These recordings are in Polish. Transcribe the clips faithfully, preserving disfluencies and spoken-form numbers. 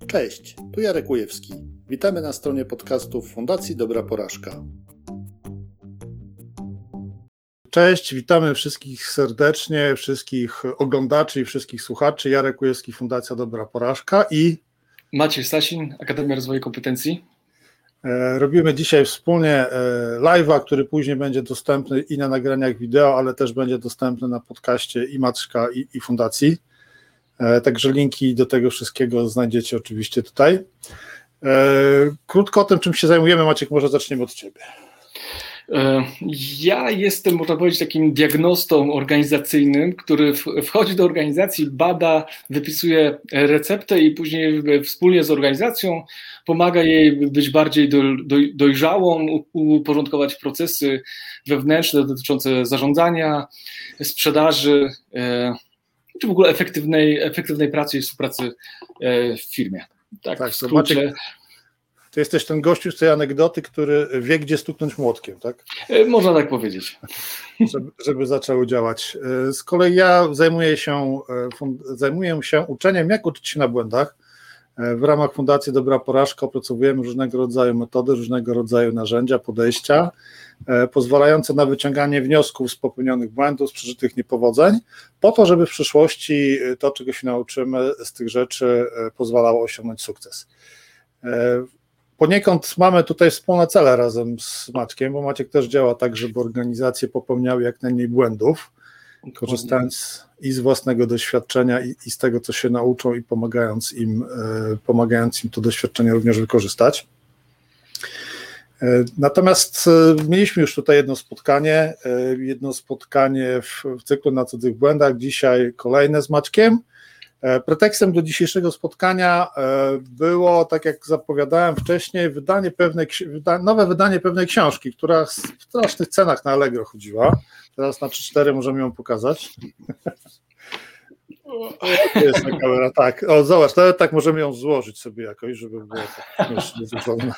Cześć, tu Jarek Ujewski. Witamy na stronie podcastów Fundacji Dobra Porażka. Cześć, witamy wszystkich serdecznie, wszystkich oglądaczy i wszystkich słuchaczy. Jarek Ujewski, Fundacja Dobra Porażka i Maciej Stasin, Akademia Rozwoju Kompetencji. Robimy dzisiaj wspólnie live'a, który później będzie dostępny i na nagraniach wideo, ale też będzie dostępny na podcaście i Maćka i, i Fundacji. Także linki do tego wszystkiego znajdziecie oczywiście tutaj. Krótko o tym, czym się zajmujemy, Maciek, może zaczniemy od Ciebie. Ja jestem, można powiedzieć, takim diagnostą organizacyjnym, który wchodzi do organizacji, bada, wypisuje receptę i później wspólnie z organizacją pomaga jej być bardziej do, do, dojrzałą, uporządkować procesy wewnętrzne dotyczące zarządzania, sprzedaży, czy w ogóle efektywnej, efektywnej pracy i współpracy w firmie. Tak, tak w skrócie. Ty jesteś ten gościu z tej anegdoty, który wie, gdzie stuknąć młotkiem, tak? Można tak powiedzieć. Żeby, żeby zaczęło działać. Z kolei ja zajmuję się, zajmuję się uczeniem, jak uczyć się na błędach. W ramach Fundacji Dobra Porażka opracowujemy różnego rodzaju metody, różnego rodzaju narzędzia, podejścia, pozwalające na wyciąganie wniosków z popełnionych błędów, z przeżytych niepowodzeń, po to, żeby w przyszłości to, czego się nauczymy z tych rzeczy, pozwalało osiągnąć sukces. Poniekąd mamy tutaj wspólne cele razem z Maćkiem, bo Maciek też działa tak, żeby organizacje popełniały jak najmniej błędów, korzystając i z własnego doświadczenia i, i z tego, co się nauczą i pomagając im, pomagając im to doświadczenie również wykorzystać. Natomiast mieliśmy już tutaj jedno spotkanie, jedno spotkanie w, w cyklu na cudzych błędach, dzisiaj kolejne z Maćkiem. Pretekstem do dzisiejszego spotkania było, tak jak zapowiadałem wcześniej, wydanie pewnej, nowe wydanie pewnej książki, która w strasznych cenach na Allegro chodziła. Teraz na trzy cztery możemy ją pokazać. To jest ta kamera, tak. O, zobacz, nawet tak możemy ją złożyć sobie jakoś, żeby było tak wygodne.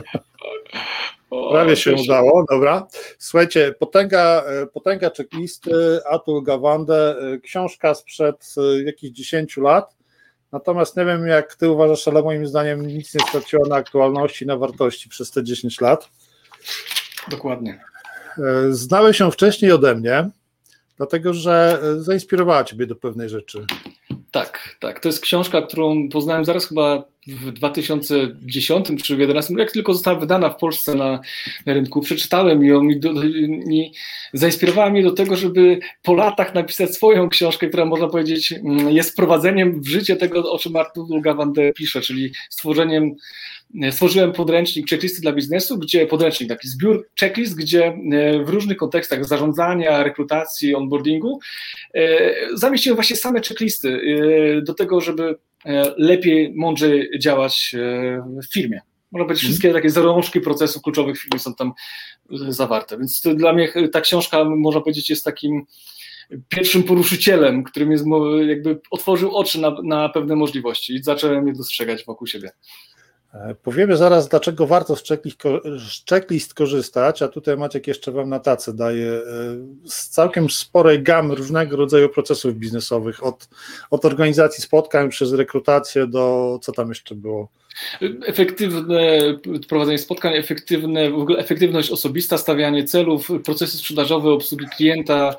Prawie się udało, dobra. Słuchajcie, potęga, potęga checklisty, Atul Gawande, książka sprzed jakichś dziesięciu lat, natomiast nie wiem, jak ty uważasz, ale moim zdaniem nic nie straciło na aktualności, na wartości przez te dziesięć lat. Dokładnie. Znałeś się wcześniej ode mnie, dlatego że zainspirowała ciebie do pewnej rzeczy. Tak, tak. To jest książka, którą poznałem zaraz chyba w dwa tysiące dziesiątym czy dwa tysiące jedenastym, jak tylko została wydana w Polsce na, na rynku. Przeczytałem ją i, do, i zainspirowała mnie do tego, żeby po latach napisać swoją książkę, która, można powiedzieć, jest wprowadzeniem w życie tego, o czym Atul Gawande pisze, czyli stworzeniem Stworzyłem podręcznik checklisty dla biznesu, gdzie podręcznik, taki zbiór checklist, gdzie w różnych kontekstach zarządzania, rekrutacji, onboardingu zamieściłem właśnie same checklisty do tego, żeby lepiej, mądrzej działać w firmie. Można powiedzieć, wszystkie takie zalążki procesów kluczowych w firmie są tam zawarte. Więc to dla mnie ta książka, można powiedzieć, jest takim pierwszym poruszycielem, którym jest, jakby otworzył oczy na, na pewne możliwości i zacząłem je dostrzegać wokół siebie. Powiemy zaraz, dlaczego warto z checklist, z checklist korzystać, a tutaj Maciek jeszcze wam na tacy daje z całkiem sporej gamy różnego rodzaju procesów biznesowych, od, od organizacji spotkań przez rekrutację do, co tam jeszcze było? Efektywne prowadzenie spotkań, efektywne, w ogóle efektywność osobista, stawianie celów, procesy sprzedażowe, obsługi klienta,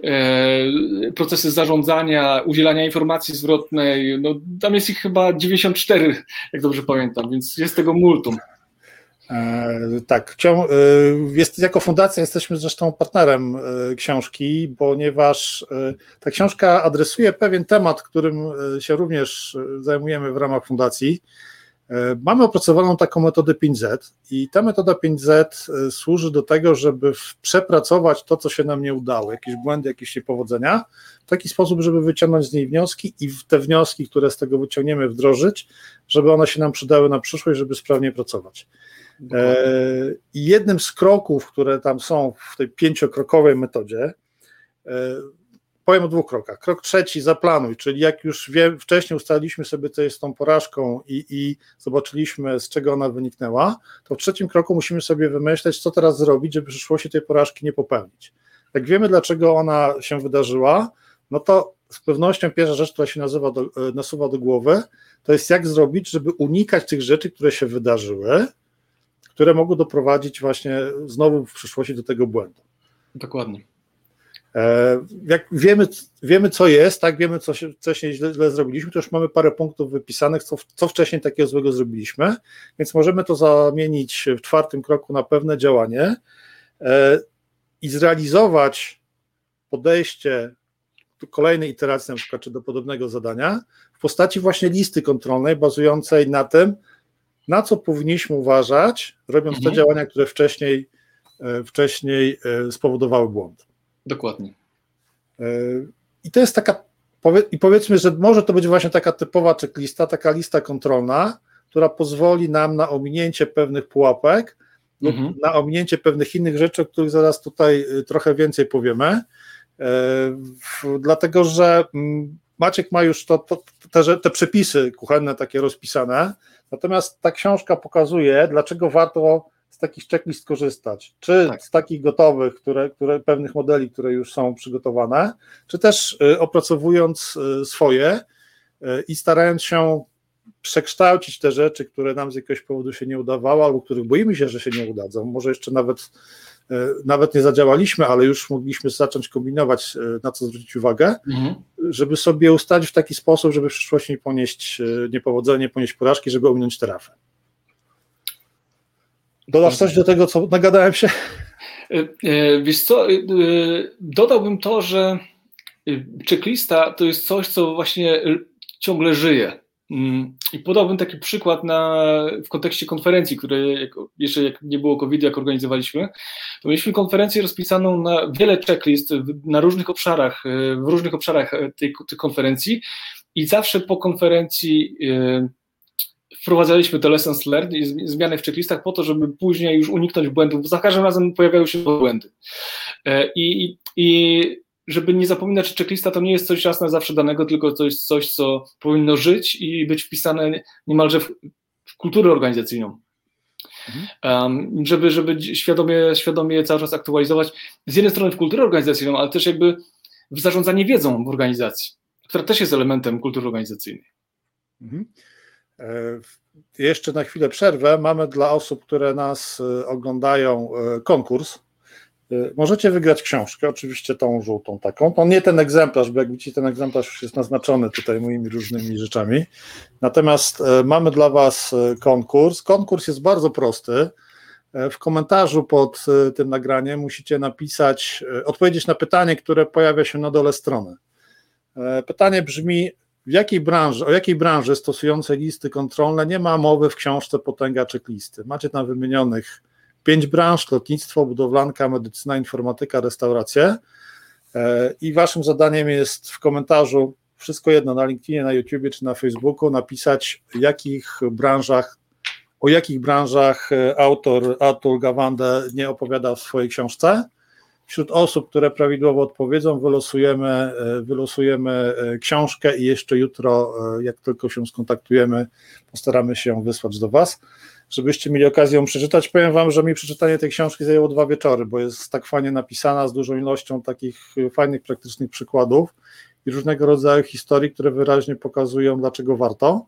e, procesy zarządzania, udzielania informacji zwrotnej, no tam jest ich chyba dziewięćdziesiąt cztery, jak dobrze pamiętam, więc jest tego multum. E, tak, jest, jako fundacja jesteśmy zresztą partnerem książki, ponieważ ta książka adresuje pewien temat, którym się również zajmujemy w ramach fundacji. Mamy opracowaną taką metodę pięć zet i ta metoda pięć zet służy do tego, żeby przepracować to, co się nam nie udało, jakieś błędy, jakieś niepowodzenia, w taki sposób, żeby wyciągnąć z niej wnioski i te wnioski, które z tego wyciągniemy, wdrożyć, żeby one się nam przydały na przyszłość, żeby sprawnie pracować. I jednym z kroków, które tam są w tej pięciokrokowej metodzie, powiem o dwóch krokach. Krok trzeci, zaplanuj, czyli jak już wie, wcześniej ustaliliśmy sobie, co jest z tą porażką i, i zobaczyliśmy, z czego ona wyniknęła, to w trzecim kroku musimy sobie wymyśleć, co teraz zrobić, żeby w przyszłości tej porażki nie popełnić. Jak wiemy, dlaczego ona się wydarzyła, no to z pewnością pierwsza rzecz, która się nazywa do, nasuwa do głowy, to jest jak zrobić, żeby unikać tych rzeczy, które się wydarzyły, które mogą doprowadzić właśnie znowu w przyszłości do tego błędu. Dokładnie. Jak wiemy, wiemy co jest, tak, wiemy co się wcześniej źle, źle zrobiliśmy, to już mamy parę punktów wypisanych, co, co wcześniej takiego złego zrobiliśmy, więc możemy to zamienić w czwartym kroku na pewne działanie i zrealizować podejście do kolejnej iteracji, na przykład czy do podobnego zadania w postaci właśnie listy kontrolnej bazującej na tym, na co powinniśmy uważać, robiąc mhm. te działania, które wcześniej, wcześniej spowodowały błąd. Dokładnie. I to jest taka, i powiedzmy, że może to być właśnie taka typowa checklista, taka lista kontrolna, która pozwoli nam na ominięcie pewnych pułapek, mhm. lub na ominięcie pewnych innych rzeczy, o których zaraz tutaj trochę więcej powiemy, dlatego że Maciek ma już to, to, te, te przepisy kuchenne takie rozpisane, natomiast ta książka pokazuje, dlaczego warto z takich checklist korzystać, czy tak. z takich gotowych, które, które, pewnych modeli, które już są przygotowane, czy też opracowując swoje i starając się przekształcić te rzeczy, które nam z jakiegoś powodu się nie udawały, albo których boimy się, że się nie udadzą, może jeszcze nawet, nawet nie zadziałaliśmy, ale już mogliśmy zacząć kombinować, na co zwrócić uwagę, mhm. żeby sobie ustalić w taki sposób, żeby w przyszłości nie ponieść niepowodzenie, ponieść porażki, żeby ominąć trafę. Dodasz coś do tego, co nagadałem się? Wiesz co, dodałbym to, że checklista to jest coś, co właśnie ciągle żyje. I podałbym taki przykład na, w kontekście konferencji, której jeszcze jak nie było kowida, jak organizowaliśmy, to mieliśmy konferencję rozpisaną na wiele checklist na różnych obszarach, w różnych obszarach tej, tej konferencji i zawsze po konferencji wprowadzaliśmy te lessons learned i zmiany w checklistach po to, żeby później już uniknąć błędów, bo za każdym razem pojawiały się błędy. I, i żeby nie zapominać, że checklista to nie jest coś raz na zawsze danego, tylko to jest coś, co powinno żyć i być wpisane niemalże w, w kulturę organizacyjną. Mhm. Um, żeby żeby świadomie, świadomie cały czas aktualizować z jednej strony w kulturę organizacyjną, ale też jakby w zarządzanie wiedzą w organizacji, która też jest elementem kultury organizacyjnej. Mhm. Jeszcze na chwilę przerwę. Mamy dla osób, które nas oglądają, konkurs. Możecie wygrać książkę, oczywiście tą żółtą taką. To nie ten egzemplarz, bo jak widzicie, ten egzemplarz już jest naznaczony tutaj moimi różnymi rzeczami. Natomiast mamy dla Was konkurs. Konkurs jest bardzo prosty. W komentarzu pod tym nagraniem musicie napisać, odpowiedzieć na pytanie, które pojawia się na dole strony. Pytanie brzmi: w jakiej branży, o jakiej branży stosującej listy kontrolne nie ma mowy w książce Potęga Checklisty? Macie tam wymienionych pięć branż: lotnictwo, budowlanka, medycyna, informatyka, restauracje. I waszym zadaniem jest w komentarzu, wszystko jedno, na LinkedInie, na YouTubie czy na Facebooku, napisać, w jakich branżach, o jakich branżach autor Atul Gawande nie opowiada w swojej książce. Wśród osób, które prawidłowo odpowiedzą, wylosujemy, wylosujemy książkę i jeszcze jutro, jak tylko się skontaktujemy, postaramy się ją wysłać do Was, żebyście mieli okazję ją przeczytać. Powiem Wam, że mi przeczytanie tej książki zajęło dwa wieczory, bo jest tak fajnie napisana, z dużą ilością takich fajnych, praktycznych przykładów i różnego rodzaju historii, które wyraźnie pokazują, dlaczego warto.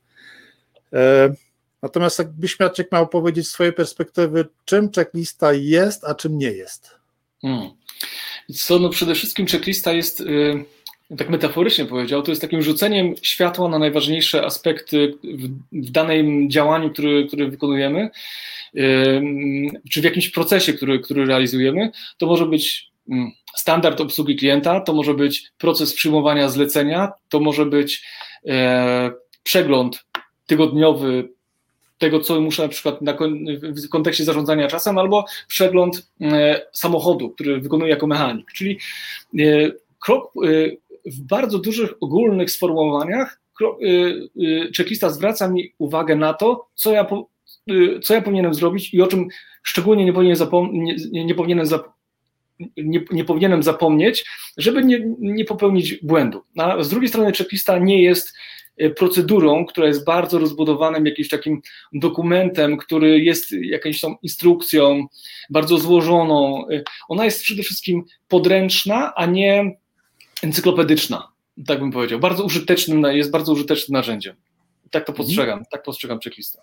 Natomiast jakbyś Maciek miał powiedzieć z swojej perspektywy, czym checklista jest, a czym nie jest? Hmm. Co, no przede wszystkim checklista jest, yy, tak metaforycznie powiedział, to jest takim rzuceniem światła na najważniejsze aspekty w, w danym działaniu, który, który wykonujemy, yy, czy w jakimś procesie, który, który realizujemy. To może być yy, standard obsługi klienta, to może być proces przyjmowania zlecenia, to może być yy, przegląd tygodniowy tego, co muszę na przykład na, w kontekście zarządzania czasem, albo przegląd e, samochodu, który wykonuję jako mechanik. Czyli e, krok e, w bardzo dużych, ogólnych sformułowaniach krok, e, e, checklista zwraca mi uwagę na to, co ja, po, e, co ja powinienem zrobić i o czym szczególnie nie powinienem, zapom- nie, nie, powinienem zap- nie, nie powinienem zapomnieć, żeby nie, nie popełnić błędu. A z drugiej strony checklista nie jest procedurą, która jest bardzo rozbudowanym jakimś takim dokumentem, który jest jakąś tą instrukcją bardzo złożoną. Ona jest przede wszystkim podręczna, a nie encyklopedyczna. tak bym powiedział. Bardzo użytecznym, jest bardzo użytecznym narzędziem. Tak to postrzegam, mhm. tak postrzegam checklistę.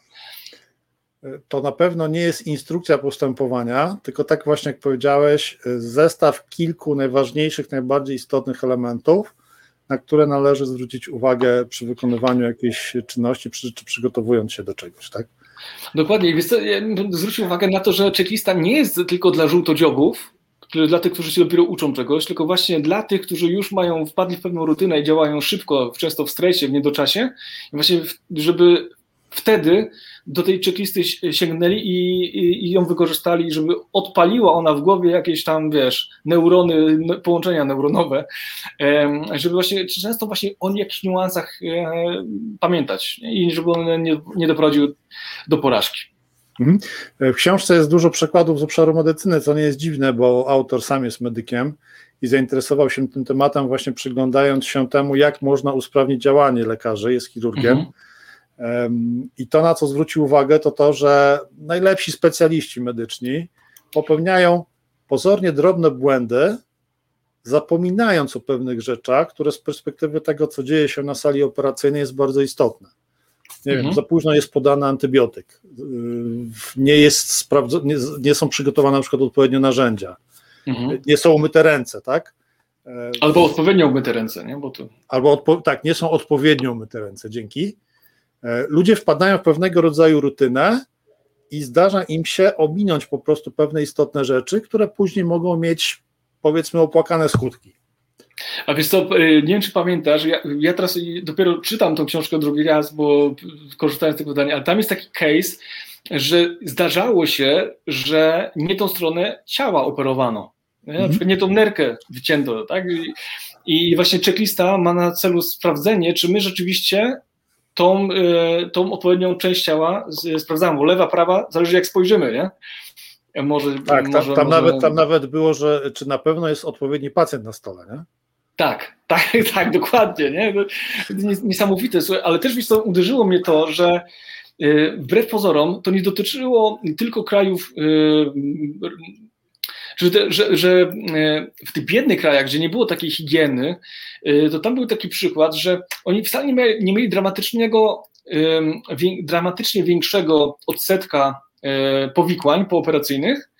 To na pewno nie jest instrukcja postępowania, tylko tak właśnie jak powiedziałeś, zestaw kilku najważniejszych, najbardziej istotnych elementów, na które należy zwrócić uwagę przy wykonywaniu jakiejś czynności, przy, czy przygotowując się do czegoś, tak? Dokładnie. Wiesz co, ja zwrócił uwagę na to, że checklista nie jest tylko dla żółtodziobów, dla tych, którzy się dopiero uczą czegoś, tylko właśnie dla tych, którzy już mają, wpadli w pewną rutynę i działają szybko, często w stresie, w niedoczasie, i właśnie żeby wtedy do tej checklisty sięgnęli i, i, i ją wykorzystali, żeby odpaliła ona w głowie jakieś tam, wiesz, neurony, połączenia neuronowe, żeby właśnie, często właśnie o jakichś niuansach pamiętać i żeby on nie, nie doprowadził do porażki. W książce jest dużo przykładów z obszaru medycyny, co nie jest dziwne, bo autor sam jest medykiem i zainteresował się tym tematem właśnie przyglądając się temu, jak można usprawnić działanie lekarzy, jest chirurgiem. Mhm. I to, na co zwrócił uwagę, to to, że najlepsi specjaliści medyczni popełniają pozornie drobne błędy, zapominając o pewnych rzeczach, które z perspektywy tego, co dzieje się na sali operacyjnej, jest bardzo istotne. Nie mhm. wiem, za późno jest podany antybiotyk, nie, jest sprawdzo- nie, nie są przygotowane na przykład odpowiednio narzędzia, mhm. nie są umyte ręce, tak? Albo odpowiednio umyte ręce, nie? Bo to... Albo odpo- tak, nie są odpowiednio umyte ręce, dzięki. Ludzie wpadają w pewnego rodzaju rutynę i zdarza im się ominąć po prostu pewne istotne rzeczy, które później mogą mieć, powiedzmy, opłakane skutki. A wiesz co, nie wiem, czy pamiętasz, ja, ja teraz dopiero czytam tą książkę drugi raz, bo korzystałem z tego wydania, ale tam jest taki case, że zdarzało się, że nie tą stronę ciała operowano, nie? Na przykład nie tą nerkę wycięto, tak? I, i właśnie checklista ma na celu sprawdzenie, czy my rzeczywiście tą, tą odpowiednią część ciała sprawdzamy, bo lewa, prawa, zależy jak spojrzymy, nie? Może, tak, tam, może, tam, może... Nawet, tam nawet było, że czy na pewno jest odpowiedni pacjent na stole, nie? Tak, tak, tak, dokładnie, nie? Niesamowite, ale też wiesz co, uderzyło mnie to, że wbrew pozorom to nie dotyczyło tylko krajów, że, że, że w tych biednych krajach, gdzie nie było takiej higieny, to tam był taki przykład, że oni wcale nie mieli, nie mieli dramatycznego, dramatycznie większego odsetka powikłań pooperacyjnych,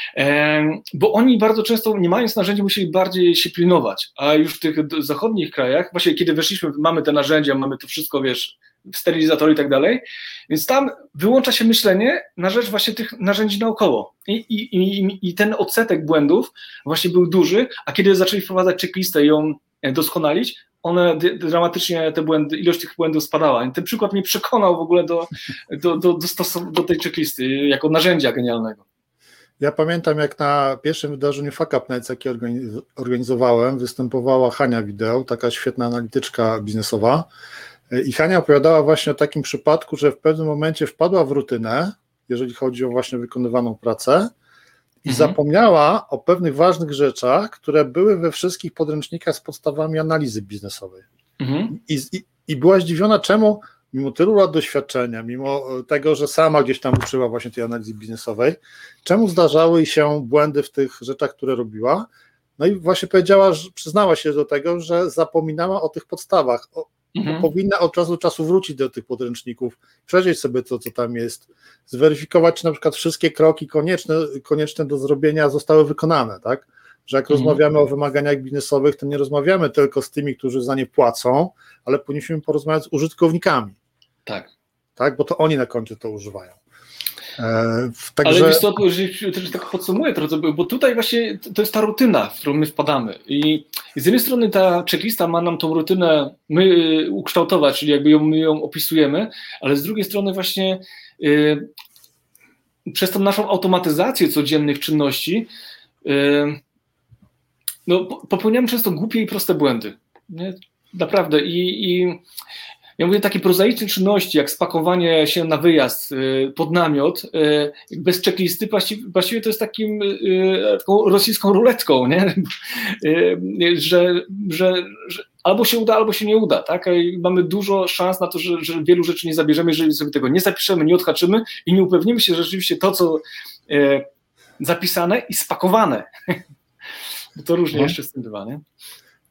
bo oni bardzo często, nie mając narzędzi, musieli bardziej się pilnować, a już w tych zachodnich krajach, właśnie kiedy weszliśmy, mamy te narzędzia, mamy to wszystko, wiesz, sterylizatory i tak dalej, więc tam wyłącza się myślenie na rzecz właśnie tych narzędzi naokoło i, i, i, i ten odsetek błędów właśnie był duży, a kiedy zaczęli wprowadzać checklistę i ją doskonalić, one dramatycznie, te błędy, ilość tych błędów spadała. I ten przykład mnie przekonał w ogóle do, do, do, do, stosu- do tej checklisty jako narzędzia genialnego. Ja pamiętam, jak na pierwszym wydarzeniu Fuck Up Nights, jakie organizowałem, występowała Hania Wideo, taka świetna analityczka biznesowa, i Hania opowiadała właśnie o takim przypadku, że w pewnym momencie wpadła w rutynę, jeżeli chodzi o właśnie wykonywaną pracę, i mhm. zapomniała o pewnych ważnych rzeczach, które były we wszystkich podręcznikach z podstawami analizy biznesowej. Mhm. I, i, I była zdziwiona, czemu mimo tylu lat doświadczenia, mimo tego, że sama gdzieś tam uczyła właśnie tej analizy biznesowej, czemu zdarzały się błędy w tych rzeczach, które robiła. No i właśnie powiedziała, że przyznała się do tego, że zapominała o tych podstawach. O, mhm. Powinna od czasu do czasu wrócić do tych podręczników, przejrzeć sobie to, co tam jest, zweryfikować, czy na przykład wszystkie kroki konieczne, konieczne do zrobienia zostały wykonane, tak? Że jak mhm. rozmawiamy o wymaganiach biznesowych, to nie rozmawiamy tylko z tymi, którzy za nie płacą, ale powinniśmy porozmawiać z użytkownikami. Tak. Tak, bo to oni na końcu to używają. E, także... Ale wiesz co, też tak podsumuję trochę, bo tutaj właśnie to jest ta rutyna, w którą my wpadamy. I z jednej strony ta checklista ma nam tą rutynę my ukształtować, czyli jakby ją, my ją opisujemy, ale z drugiej strony właśnie y, przez tą naszą automatyzację codziennych czynności y, no, popełniamy często głupie i proste błędy. Nie? Naprawdę. I, i ja mówię, takie prozaiczne czynności, jak spakowanie się na wyjazd y, pod namiot, y, bez checklisty, właściwie, właściwie to jest takim, y, taką rosyjską ruletką, nie? Y, że, że, że albo się uda, albo się nie uda. Tak? I mamy dużo szans na to, że, że wielu rzeczy nie zabierzemy, jeżeli sobie tego nie zapiszemy, nie odhaczymy i nie upewnimy się, że rzeczywiście to, co y, zapisane i spakowane. Bo to różnie no. jeszcze z tym bywa, nie?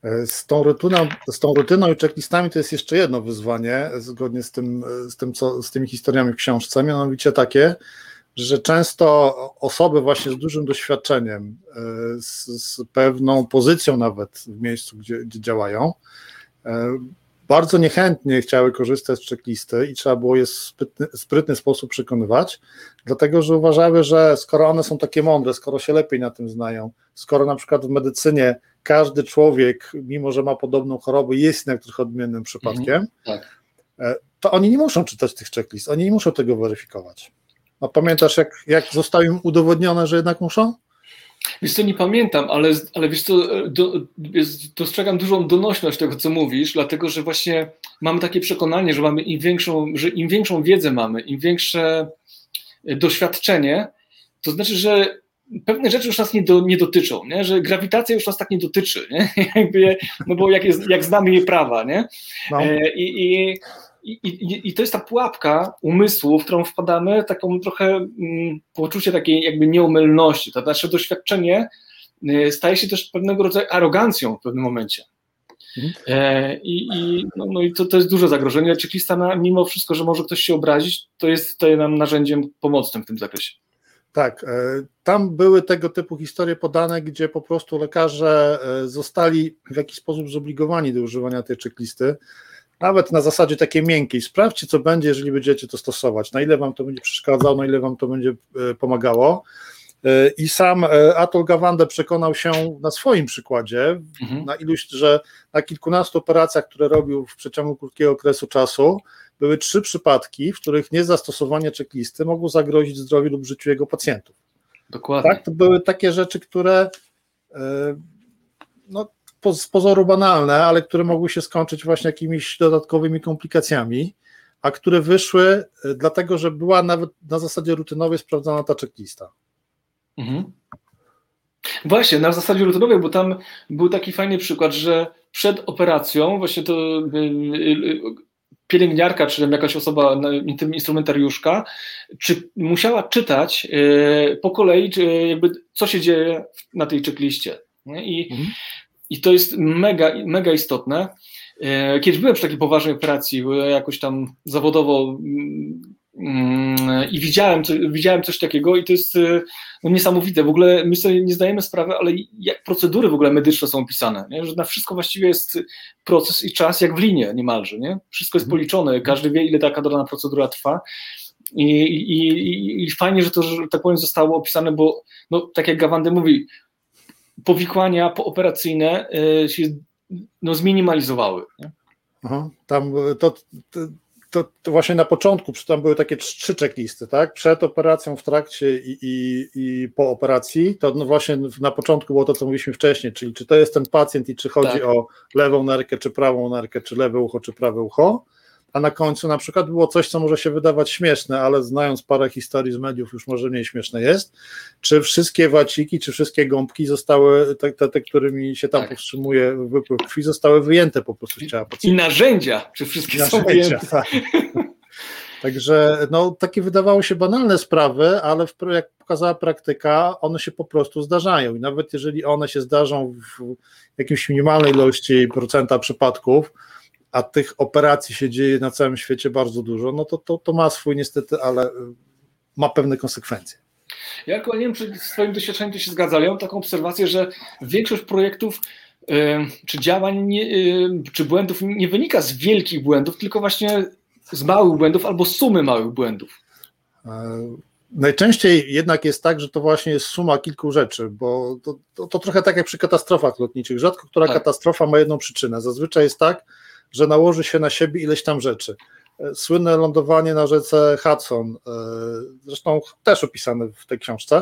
Z tą rutyną, z tą rutyną i checklistami to jest jeszcze jedno wyzwanie, zgodnie z tym, z tym co, z tymi historiami w książce, mianowicie takie, że często osoby właśnie z dużym doświadczeniem, z, z pewną pozycją nawet w miejscu, gdzie, gdzie działają, bardzo niechętnie chciały korzystać z checklisty i trzeba było je w sprytny, sprytny sposób przekonywać, dlatego że uważały, że skoro one są takie mądre, skoro się lepiej na tym znają, skoro na przykład w medycynie każdy człowiek, mimo że ma podobną chorobę, jest jednak trochę odmiennym przypadkiem, mhm, tak, to oni nie muszą czytać tych checklist, oni nie muszą tego weryfikować. A pamiętasz, jak, jak zostało im udowodnione, że jednak muszą? Wiesz co, nie pamiętam, ale, ale wiesz co, do, dostrzegam dużą donośność tego, co mówisz, dlatego, że właśnie mamy takie przekonanie, że mamy im większą, że im większą wiedzę mamy, im większe doświadczenie, to znaczy, że pewne rzeczy już nas nie, do, nie dotyczą, nie? Że grawitacja już nas tak nie dotyczy, nie? Jakby, no bo jak, jest, jak znamy jej prawa, nie? No. I, i, i, i, I to jest ta pułapka umysłu, w którą wpadamy, taką trochę mm, poczucie takiej jakby nieomylności. To nasze doświadczenie y, staje się też pewnego rodzaju arogancją w pewnym momencie. Mhm. E, I, i, no, no i to, to jest duże zagrożenie. Checklista, na, mimo wszystko, że może ktoś się obrazić, to jest tutaj nam narzędziem pomocnym w tym zakresie. Tak, tam były tego typu historie podane, gdzie po prostu lekarze zostali w jakiś sposób zobligowani do używania tej checklisty, nawet na zasadzie takiej miękkiej. Sprawdźcie, co będzie, jeżeli będziecie to stosować, na ile wam to będzie przeszkadzało, na ile wam to będzie pomagało. I sam Atul Gawande przekonał się na swoim przykładzie, mhm. na iluś, że na kilkunastu operacjach, które robił w przeciągu krótkiego okresu czasu, były trzy przypadki, w których niezastosowanie checklisty mogło zagrozić zdrowiu lub życiu jego pacjentów. Dokładnie. Tak, to były takie rzeczy, które no, z pozoru banalne, ale które mogły się skończyć właśnie jakimiś dodatkowymi komplikacjami, a które wyszły dlatego, że była nawet na zasadzie rutynowej sprawdzana ta checklista. Mhm. Właśnie, na zasadzie rutynowej, bo tam był taki fajny przykład, że przed operacją właśnie to pielęgniarka, czy jakaś osoba, instrumentariuszka, czy musiała czytać po kolei, jakby co się dzieje na tej checkliście. I, mhm. i to jest mega, mega istotne. Kiedyś byłem przy takiej poważnej operacji, jakoś tam zawodowo i widziałem, widziałem coś takiego i to jest no, niesamowite. W ogóle my sobie nie zdajemy sprawy, ale jak procedury w ogóle medyczne są opisane, nie? Że na wszystko właściwie jest proces i czas jak w linie niemalże, nie? Wszystko jest policzone, każdy wie, ile taka dana procedura trwa i, i, i, i fajnie, że to, że tak powiem, zostało opisane, bo no, tak jak Gawande mówi, powikłania pooperacyjne y, się no, zminimalizowały. Nie? Aha, tam to, to, to, to właśnie na początku, tam były takie trzy checklisty, tak? Przed operacją, w trakcie i, i, i po operacji, to no właśnie na początku było to, co mówiliśmy wcześniej, czyli czy to jest ten pacjent i czy chodzi tak. o lewą nerkę, czy prawą nerkę, czy lewe ucho, czy prawe ucho, a na końcu na przykład było coś, co może się wydawać śmieszne, ale znając parę historii z mediów już może mniej śmieszne jest, czy wszystkie waciki, czy wszystkie gąbki zostały, te, te, te którymi się tam tak. powstrzymuje wypływ krwi, zostały wyjęte po prostu z ciała pacjenta. I narzędzia, czy wszystkie narzędzia, są wyjęte. Tak. Także no, takie wydawało się banalne sprawy, ale w, jak pokazała praktyka, one się po prostu zdarzają i nawet jeżeli one się zdarzą w jakiejś minimalnej ilości procenta przypadków, a tych operacji się dzieje na całym świecie bardzo dużo, no to, to, to ma swój niestety, ale ma pewne konsekwencje. Ja nie wiem, czy w swoim doświadczeniu to się zgadza, ale ja mam taką obserwację, że większość projektów yy, czy działań, nie, yy, czy błędów nie wynika z wielkich błędów, tylko właśnie z małych błędów albo z sumy małych błędów. Yy. Najczęściej jednak jest tak, że to właśnie jest suma kilku rzeczy, bo to, to, to trochę tak jak przy katastrofach lotniczych. Rzadko która tak. katastrofa ma jedną przyczynę. Zazwyczaj jest tak, że nałoży się na siebie ileś tam rzeczy. Słynne lądowanie na rzece Hudson, zresztą też opisane w tej książce,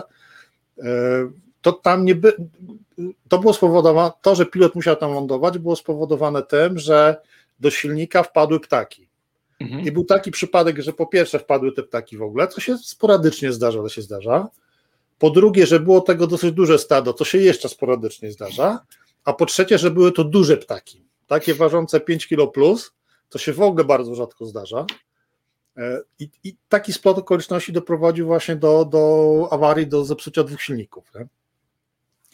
to tam nie by, to było spowodowane, to, że pilot musiał tam lądować, było spowodowane tym, że do silnika wpadły ptaki. Mhm. I był taki przypadek, że po pierwsze wpadły te ptaki w ogóle, co się sporadycznie zdarza, ale się zdarza. Po drugie, że było tego dosyć duże stado, co się jeszcze sporadycznie zdarza. A po trzecie, że były to duże ptaki. Takie ważące pięć kilo plus, to się w ogóle bardzo rzadko zdarza. I, i taki splot okoliczności doprowadził właśnie do, do awarii, do zepsucia dwóch silników. Nie?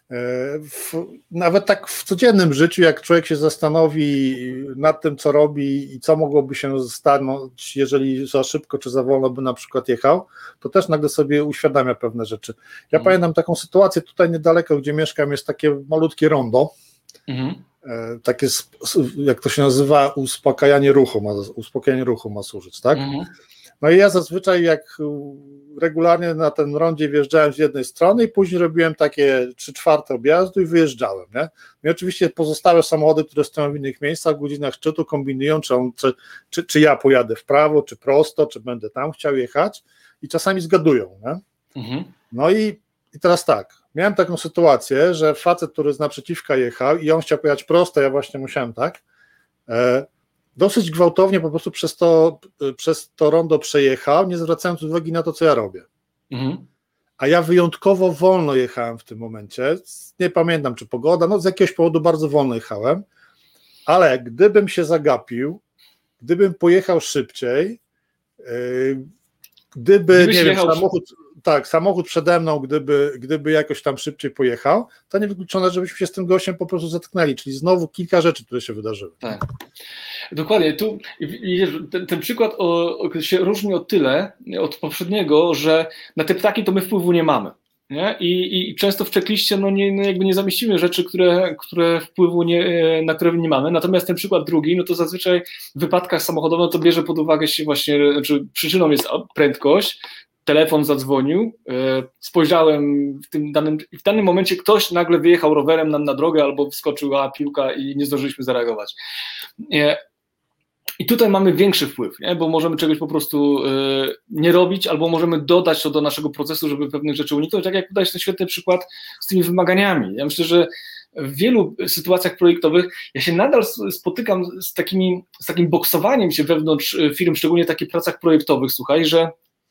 W, nawet tak w codziennym życiu, jak człowiek się zastanowi nad tym, co robi i co mogłoby się stanąć, jeżeli za szybko czy za wolno by na przykład jechał, to też nagle sobie uświadamia pewne rzeczy. Ja mhm. pamiętam taką sytuację tutaj niedaleko, gdzie mieszkam, jest takie malutkie rondo, mhm. takie, jak to się nazywa, uspokajanie ruchu, ma, uspokajanie ruchu ma służyć, tak? Mhm. No i ja zazwyczaj jak regularnie na ten rondzie wjeżdżałem z jednej strony i później robiłem takie trzy czwarte objazdu i wyjeżdżałem, nie? No i oczywiście pozostałe samochody, które stoją w innych miejscach w godzinach szczytu kombinują, czy, on, czy, czy, czy ja pojadę w prawo, czy prosto, czy będę tam chciał jechać i czasami zgadują, nie? Mhm. No i, i teraz tak, miałem taką sytuację, że facet, który z naprzeciwka jechał i on chciał pojechać prosto, ja właśnie musiałem tak, e, dosyć gwałtownie po prostu przez to, przez to rondo przejechał, nie zwracając uwagi na to, co ja robię. Mhm. A ja wyjątkowo wolno jechałem w tym momencie, nie pamiętam, czy pogoda, no z jakiegoś powodu bardzo wolno jechałem, ale gdybym się zagapił, gdybym pojechał szybciej, yy, gdyby, Gdybyś nie wiem, samochód... Tak, samochód przede mną, gdyby, gdyby jakoś tam szybciej pojechał, to niewykluczone, żebyśmy się z tym gościem po prostu zetknęli, czyli znowu kilka rzeczy, które się wydarzyły. Tak, dokładnie. Tu ten, ten przykład o, o, się różni o tyle od poprzedniego, że na te ptaki to my wpływu nie mamy. Nie? I, I często w checkliście no nie, no jakby nie zamieścimy rzeczy, które, które wpływu nie, na które nie mamy. Natomiast ten przykład drugi, no to zazwyczaj w wypadkach samochodowych to bierze pod uwagę się właśnie, znaczy przyczyną jest prędkość. Telefon zadzwonił, spojrzałem w tym danym, w danym momencie ktoś nagle wyjechał rowerem nam na drogę albo wskoczyła piłka i nie zdążyliśmy zareagować. I tutaj mamy większy wpływ, nie? Bo możemy czegoś po prostu nie robić albo możemy dodać to do naszego procesu, żeby pewnych rzeczy uniknąć. Tak jak podałeś ten świetny przykład z tymi wymaganiami. Ja myślę, że w wielu sytuacjach projektowych ja się nadal spotykam z, takimi, z takim boksowaniem się wewnątrz firm, szczególnie w takich pracach projektowych, słuchaj, że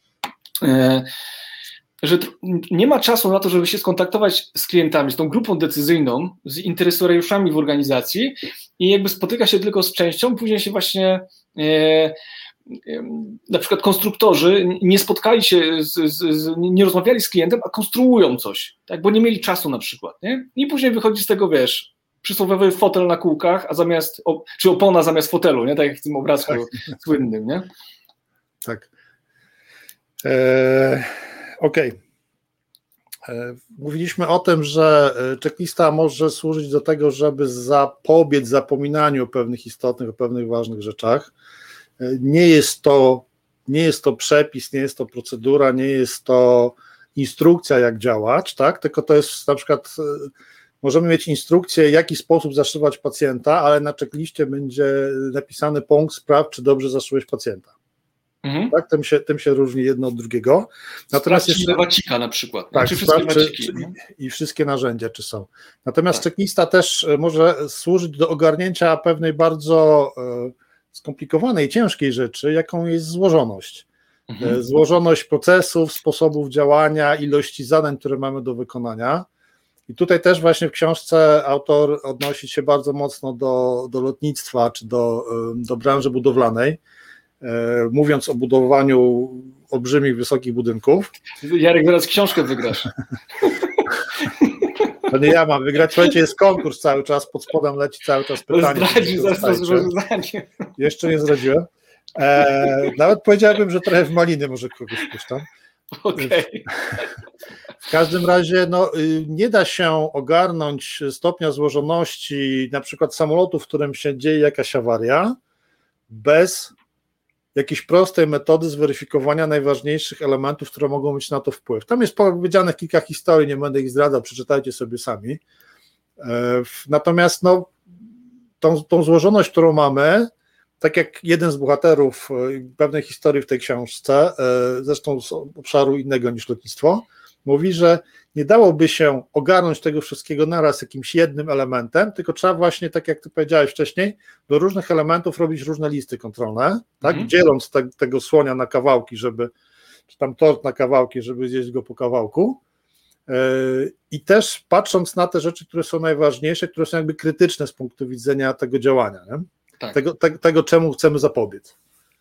że nie ma czasu na to, żeby się skontaktować z klientami, z tą grupą decyzyjną, z interesariuszami w organizacji i jakby spotyka się tylko z częścią, później się właśnie e, na przykład konstruktorzy nie spotkali się, z, z, z, nie rozmawiali z klientem, a konstruują coś, tak, bo nie mieli czasu na przykład, nie? I później wychodzi z tego, wiesz, przysłowiowy fotel na kółkach, a zamiast, czy opona zamiast fotelu, nie? Tak jak w tym obrazku tak. słynnym, nie? Tak. Eee, Okej. Okay. Eee, mówiliśmy o tym, że checklista może służyć do tego, żeby zapobiec zapominaniu o pewnych istotnych, o pewnych ważnych rzeczach. Eee, nie jest to, nie jest to przepis, nie jest to procedura, nie jest to instrukcja, jak działać, tak? Tylko to jest na przykład, możemy mieć instrukcję, w jaki sposób zaszywać pacjenta, ale na checkliście będzie napisany punkt, sprawdź, czy dobrze zaszyłeś pacjenta. Mhm. Tak, tym się, tym się różni jedno od drugiego. Natomiast jeszcze wacika na przykład. Tak, czy wszystkie czy, czy, i wszystkie narzędzia, czy są. Natomiast tak. checklista też może służyć do ogarnięcia pewnej bardzo e, skomplikowanej, ciężkiej rzeczy, jaką jest złożoność. Mhm. E, złożoność procesów, sposobów działania, ilości zadań, które mamy do wykonania. I tutaj też właśnie w książce autor odnosi się bardzo mocno do, do lotnictwa, czy do, do branży budowlanej, mówiąc o budowaniu olbrzymich, wysokich budynków. Jarek, zaraz książkę wygrasz. To nie ja mam wygrać. Słuchajcie, jest konkurs cały czas, pod spodem leci cały czas pytanie. Zdradzi zaraz to rozwiązanie. Jeszcze nie zdradziłem. E, nawet powiedziałbym, że trochę w maliny może kogoś puszczam. Okej. Okay. W każdym razie no, nie da się ogarnąć stopnia złożoności na przykład samolotu, w którym się dzieje jakaś awaria, bez jakiejś prostej metody zweryfikowania najważniejszych elementów, które mogą mieć na to wpływ. Tam jest powiedzianych kilka historii, nie będę ich zdradzał, przeczytajcie sobie sami. Natomiast no, tą, tą złożoność, którą mamy, tak jak jeden z bohaterów pewnej historii w tej książce, zresztą z obszaru innego niż lotnictwo, mówi, że nie dałoby się ogarnąć tego wszystkiego naraz jakimś jednym elementem, tylko trzeba właśnie, tak jak ty powiedziałeś wcześniej, do różnych elementów robić różne listy kontrolne, tak, mm. dzieląc te, tego słonia na kawałki, żeby, czy tam tort na kawałki, żeby zjeść go po kawałku yy, i też patrząc na te rzeczy, które są najważniejsze, które są jakby krytyczne z punktu widzenia tego działania, nie? Tak. Tego, te, tego, czemu chcemy zapobiec.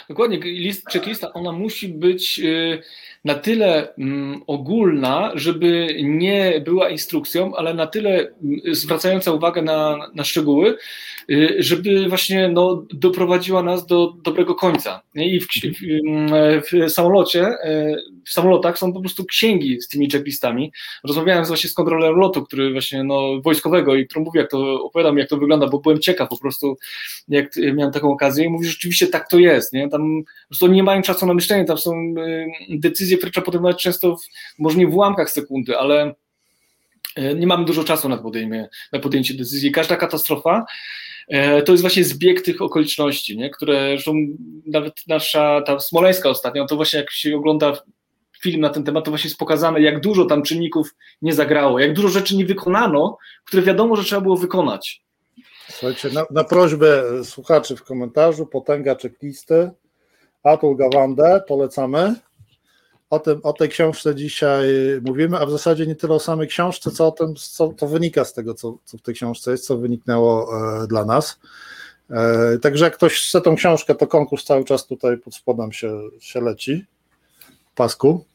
Dokładnie, list, checklista, ona musi być na tyle ogólna, żeby nie była instrukcją, ale na tyle zwracająca uwagę na, na szczegóły, żeby właśnie no, doprowadziła nas do dobrego końca. I w, w, w samolocie, w samolotach są po prostu księgi z tymi checklistami. Rozmawiałem właśnie z kontrolerem lotu, który właśnie no, wojskowego i który mówi, jak to opowiadam, jak to wygląda, bo byłem ciekaw po prostu, jak miałem taką okazję i mówi, że rzeczywiście tak to jest. Nie? Tam po prostu nie mają czasu na myślenie, tam są decyzje, które trzeba podejmować często w, może nie w ułamkach sekundy, ale nie mamy dużo czasu na podejmie, na podjęcie decyzji. Każda katastrofa to jest właśnie zbieg tych okoliczności, nie? Które zresztą nawet nasza ta Smoleńska ostatnio, to właśnie jak się ogląda film na ten temat, to właśnie jest pokazane, jak dużo tam czynników nie zagrało, jak dużo rzeczy nie wykonano, które wiadomo, że trzeba było wykonać. Słuchajcie, na, na prośbę słuchaczy w komentarzu, potęga checklisty, Atul Gawande, polecamy. O, tym, o tej książce dzisiaj mówimy, a w zasadzie nie tyle o samej książce, co o tym, co to wynika z tego, co, co w tej książce jest, co wyniknęło e, dla nas. E, także jak ktoś chce tą książkę, to konkurs cały czas tutaj pod spodem się, się leci w pasku.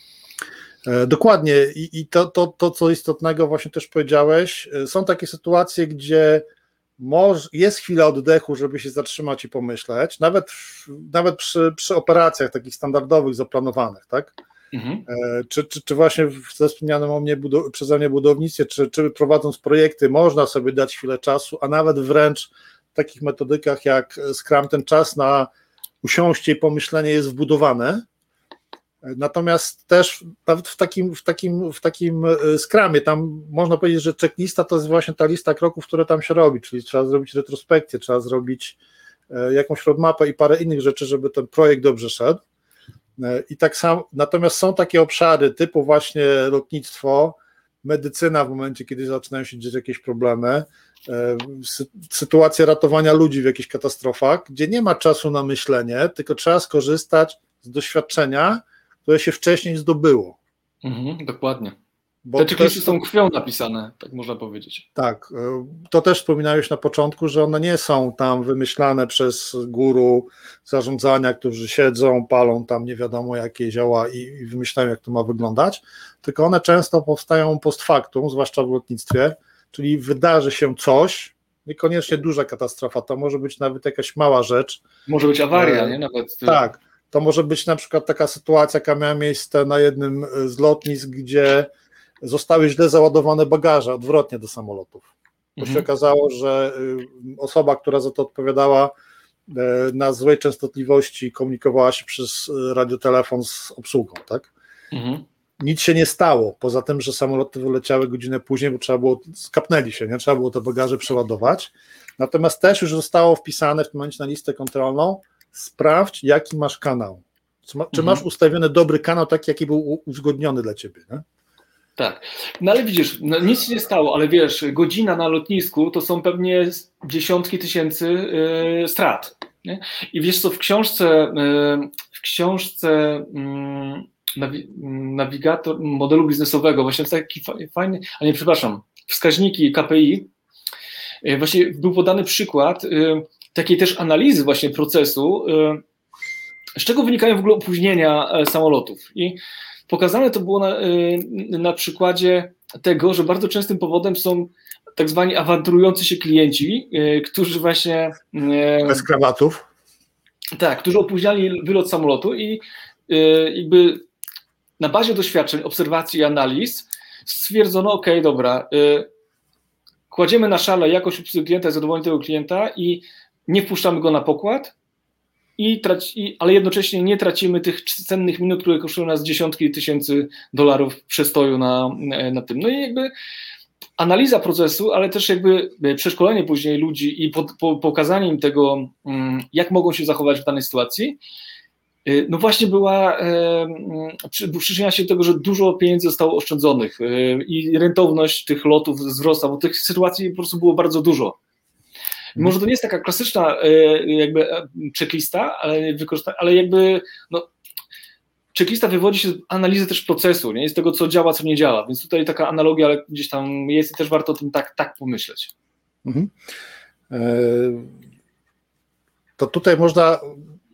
E, dokładnie i, i to, to, to, co istotnego właśnie też powiedziałeś, są takie sytuacje, gdzie Może, jest chwila oddechu, żeby się zatrzymać i pomyśleć, nawet, nawet przy, przy operacjach takich standardowych, zaplanowanych, tak? Mhm. Czy, czy, czy właśnie w wspomnianym o mnie budow- przeze mnie budownictwie, czy, czy prowadząc projekty, można sobie dać chwilę czasu, a nawet wręcz w takich metodykach jak Scrum ten czas na usiąście i pomyślenie jest wbudowane. Natomiast też nawet w takim, w takim, w takim skramie, tam można powiedzieć, że checklista to jest właśnie ta lista kroków, które tam się robi, czyli trzeba zrobić retrospekcję, trzeba zrobić jakąś roadmapę i parę innych rzeczy, żeby ten projekt dobrze szedł. I tak samo, natomiast są takie obszary typu właśnie lotnictwo, medycyna w momencie, kiedy zaczynają się dziać jakieś problemy, sytuacja ratowania ludzi w jakichś katastrofach, gdzie nie ma czasu na myślenie, tylko trzeba skorzystać z doświadczenia, które się wcześniej zdobyło. Mhm, dokładnie. Bo te checklisty są krwią napisane, tak można powiedzieć. Tak, to też wspominałeś na początku, że one nie są tam wymyślane przez guru zarządzania, którzy siedzą, palą tam nie wiadomo jakie zioła i, i wymyślają, jak to ma wyglądać, tylko one często powstają post factum, zwłaszcza w lotnictwie, czyli wydarzy się coś, niekoniecznie duża katastrofa, to może być nawet jakaś mała rzecz. Może być awaria, e, nie? Nawet. Tak. To może być na przykład taka sytuacja, jaka miała miejsce na jednym z lotnisk, gdzie zostały źle załadowane bagaże odwrotnie do samolotów. To mhm. się okazało, że osoba, która za to odpowiadała, na złej częstotliwości komunikowała się przez radiotelefon z obsługą, tak? Mhm. Nic się nie stało, poza tym, że samoloty wyleciały godzinę później, bo trzeba było, skapnęli się, nie? Trzeba było te bagaże przeładować. Natomiast też już zostało wpisane w tym momencie na listę kontrolną, sprawdź, jaki masz kanał. Czy, ma, czy masz ustawiony dobry kanał, taki, jaki był uzgodniony dla ciebie, nie? Tak, no ale widzisz, no nic się nie stało, ale wiesz, godzina na lotnisku to są pewnie dziesiątki tysięcy yy, strat. Nie? I wiesz co, w książce, yy, w książce yy, nawi- nawigator modelu biznesowego, właśnie taki fajny, a nie, przepraszam, wskaźniki K P I, yy, właśnie był podany przykład yy, takiej też analizy właśnie procesu, yy, z czego wynikają w ogóle opóźnienia samolotów. I pokazane to było na, na przykładzie tego, że bardzo częstym powodem są tak zwani awanturujący się klienci, którzy właśnie... Bez krawatów. Tak, którzy opóźniali wylot samolotu i jakby na bazie doświadczeń, obserwacji i analiz stwierdzono, ok, dobra, kładziemy na szale jakość obsługi klienta, zadowolenie tego klienta i nie wpuszczamy go na pokład, I traci, ale jednocześnie nie tracimy tych cennych minut, które kosztują nas dziesiątki tysięcy dolarów przestoju na, na tym. No i jakby analiza procesu, ale też jakby przeszkolenie później ludzi i po, po, pokazanie im tego, jak mogą się zachować w danej sytuacji, no właśnie była, przyczynia się do tego, że dużo pieniędzy zostało oszczędzonych i rentowność tych lotów wzrosła, bo tych sytuacji po prostu było bardzo dużo. Może to nie jest taka klasyczna jakby checklista, ale, ale jakby no, checklista wywodzi się z analizy też procesu, nie? Z tego, co działa, co nie działa, więc tutaj taka analogia, ale gdzieś tam jest i też warto o tym tak, tak pomyśleć. Mhm. To tutaj można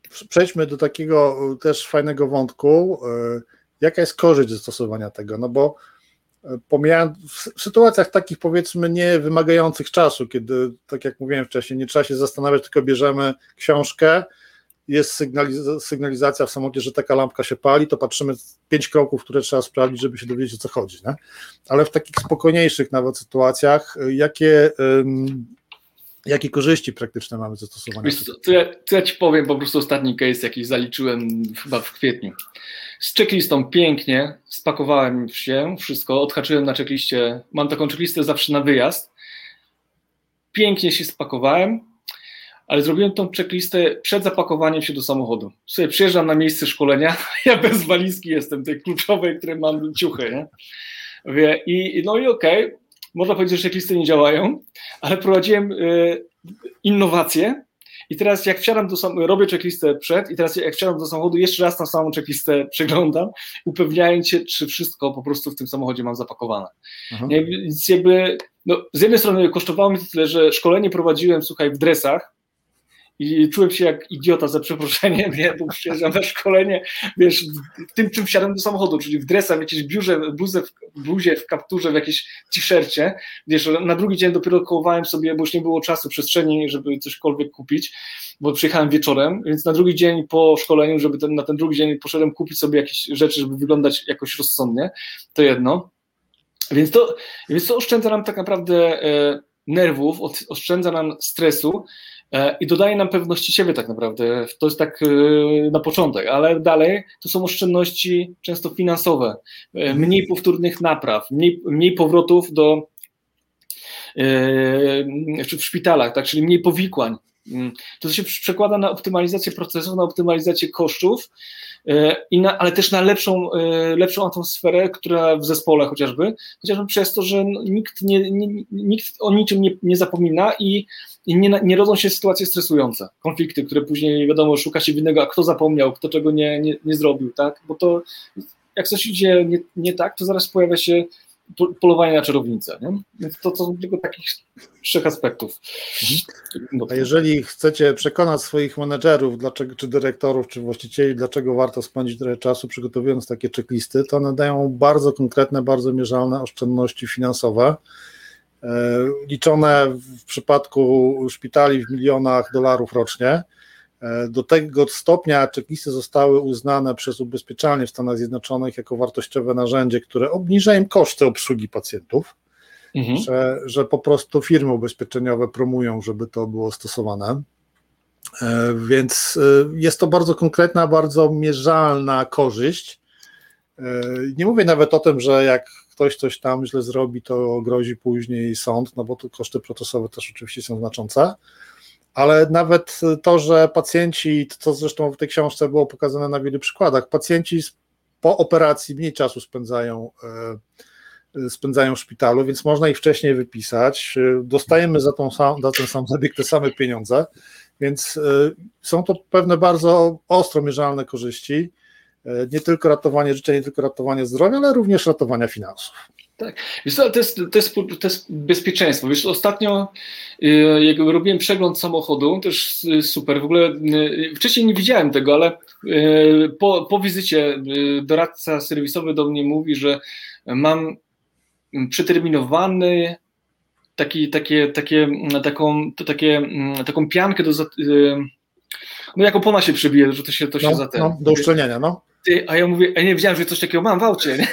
przejdźmy do takiego też fajnego wątku. Jaka jest korzyść zastosowania tego? No bo pomijając w sytuacjach takich, powiedzmy, nie wymagających czasu, kiedy, tak jak mówiłem wcześniej, nie trzeba się zastanawiać, tylko bierzemy książkę, jest sygnaliz- sygnalizacja w samochodzie, że taka lampka się pali, to patrzymy pięć kroków, które trzeba sprawdzić, żeby się dowiedzieć, o co chodzi. Nie? Ale w takich spokojniejszych nawet sytuacjach, jakie, um, jakie korzyści praktyczne mamy z zastosowania? Wiesz co, to, ja, to ja ci powiem po prostu ostatni case, jaki zaliczyłem chyba w kwietniu. Z checklistą pięknie, spakowałem się, wszystko, odhaczyłem na checkliście, mam taką checklistę zawsze na wyjazd, pięknie się spakowałem, ale zrobiłem tą checklistę przed zapakowaniem się do samochodu. Sobie przyjeżdżam na miejsce szkolenia, ja bez walizki jestem, tej kluczowej, której mam ciuchy, nie? Wie, i, no i okej, okay, można powiedzieć, że checklisty nie działają, ale prowadziłem y, innowacje i teraz jak wsiadam do samochodu, robię checklistę przed i teraz jak wsiadam do samochodu, jeszcze raz tą samą checklistę przeglądam, upewniając się, czy wszystko po prostu w tym samochodzie mam zapakowane. Nie, więc jakby, no, z jednej strony kosztowało mi to tyle, że szkolenie prowadziłem, słuchaj, w dresach, i czułem się jak idiota, za przeproszeniem, nie? Bo przyjeżdżam na szkolenie, wiesz, w tym, czym wsiadam do samochodu, czyli w dresach, w jakiejś biurze, bluzie, w bluzie, w kapturze, w jakiejś t-shircie, wiesz, na drugi dzień dopiero kołowałem sobie, bo już nie było czasu, przestrzeni, żeby cośkolwiek kupić, bo przyjechałem wieczorem, więc na drugi dzień po szkoleniu, żeby ten, na ten drugi dzień poszedłem kupić sobie jakieś rzeczy, żeby wyglądać jakoś rozsądnie, to jedno. Więc to, więc to oszczędza nam tak naprawdę e, nerwów, oszczędza nam stresu, i dodaje nam pewności siebie tak naprawdę, to jest tak na początek, ale dalej to są oszczędności często finansowe, mniej powtórnych napraw, mniej, mniej powrotów do, w szpitalach, tak, czyli mniej powikłań. To się przekłada na optymalizację procesów, na optymalizację kosztów, i na, ale też na lepszą, lepszą atmosferę, która w zespole chociażby, chociażby przez to, że nikt, nie, nie, nikt o niczym nie, nie zapomina i, i nie, nie rodzą się sytuacje stresujące, konflikty, które później wiadomo, szuka się winnego, a kto zapomniał, kto czego nie, nie, nie zrobił, tak? Bo to jak coś idzie nie, nie tak, to zaraz pojawia się polowanie na czarownicę, nie? Więc to, to są tylko takich trzech aspektów. Mhm. A jeżeli chcecie przekonać swoich menedżerów, dlaczego, czy dyrektorów, czy właścicieli, dlaczego warto spędzić trochę czasu przygotowując takie checklisty, to one dają bardzo konkretne, bardzo mierzalne oszczędności finansowe, liczone w przypadku szpitali w milionach dolarów rocznie. Do tego stopnia checklisty zostały uznane przez ubezpieczalnie w Stanach Zjednoczonych jako wartościowe narzędzie, które obniża im koszty obsługi pacjentów, mhm. że, że po prostu firmy ubezpieczeniowe promują, żeby to było stosowane. Więc jest to bardzo konkretna, bardzo mierzalna korzyść. Nie mówię nawet o tym, że jak ktoś coś tam źle zrobi, to grozi później sąd, no bo tu koszty procesowe też oczywiście są znaczące. Ale nawet to, że pacjenci, to zresztą w tej książce było pokazane na wielu przykładach, pacjenci po operacji mniej czasu spędzają, spędzają w szpitalu, więc można ich wcześniej wypisać, dostajemy za, tą sam, za ten sam zabieg te same pieniądze, więc są to pewne bardzo ostro mierzalne korzyści, nie tylko ratowanie życia, nie tylko ratowanie zdrowia, ale również ratowania finansów. Tak, wiesz co, to jest, to, jest, to jest bezpieczeństwo. Wiesz, ostatnio jak robiłem przegląd samochodu, też super, w ogóle wcześniej nie widziałem tego, ale po, po wizycie doradca serwisowy do mnie mówi, że mam przeterminowany taki, takie, takie, taką, to takie, taką piankę do, no jak opona się przebije, że to się, to się no, za ten. No, do uszczelniania, no. A ja mówię, ja nie wiedziałem, że coś takiego mam w aucie, nie?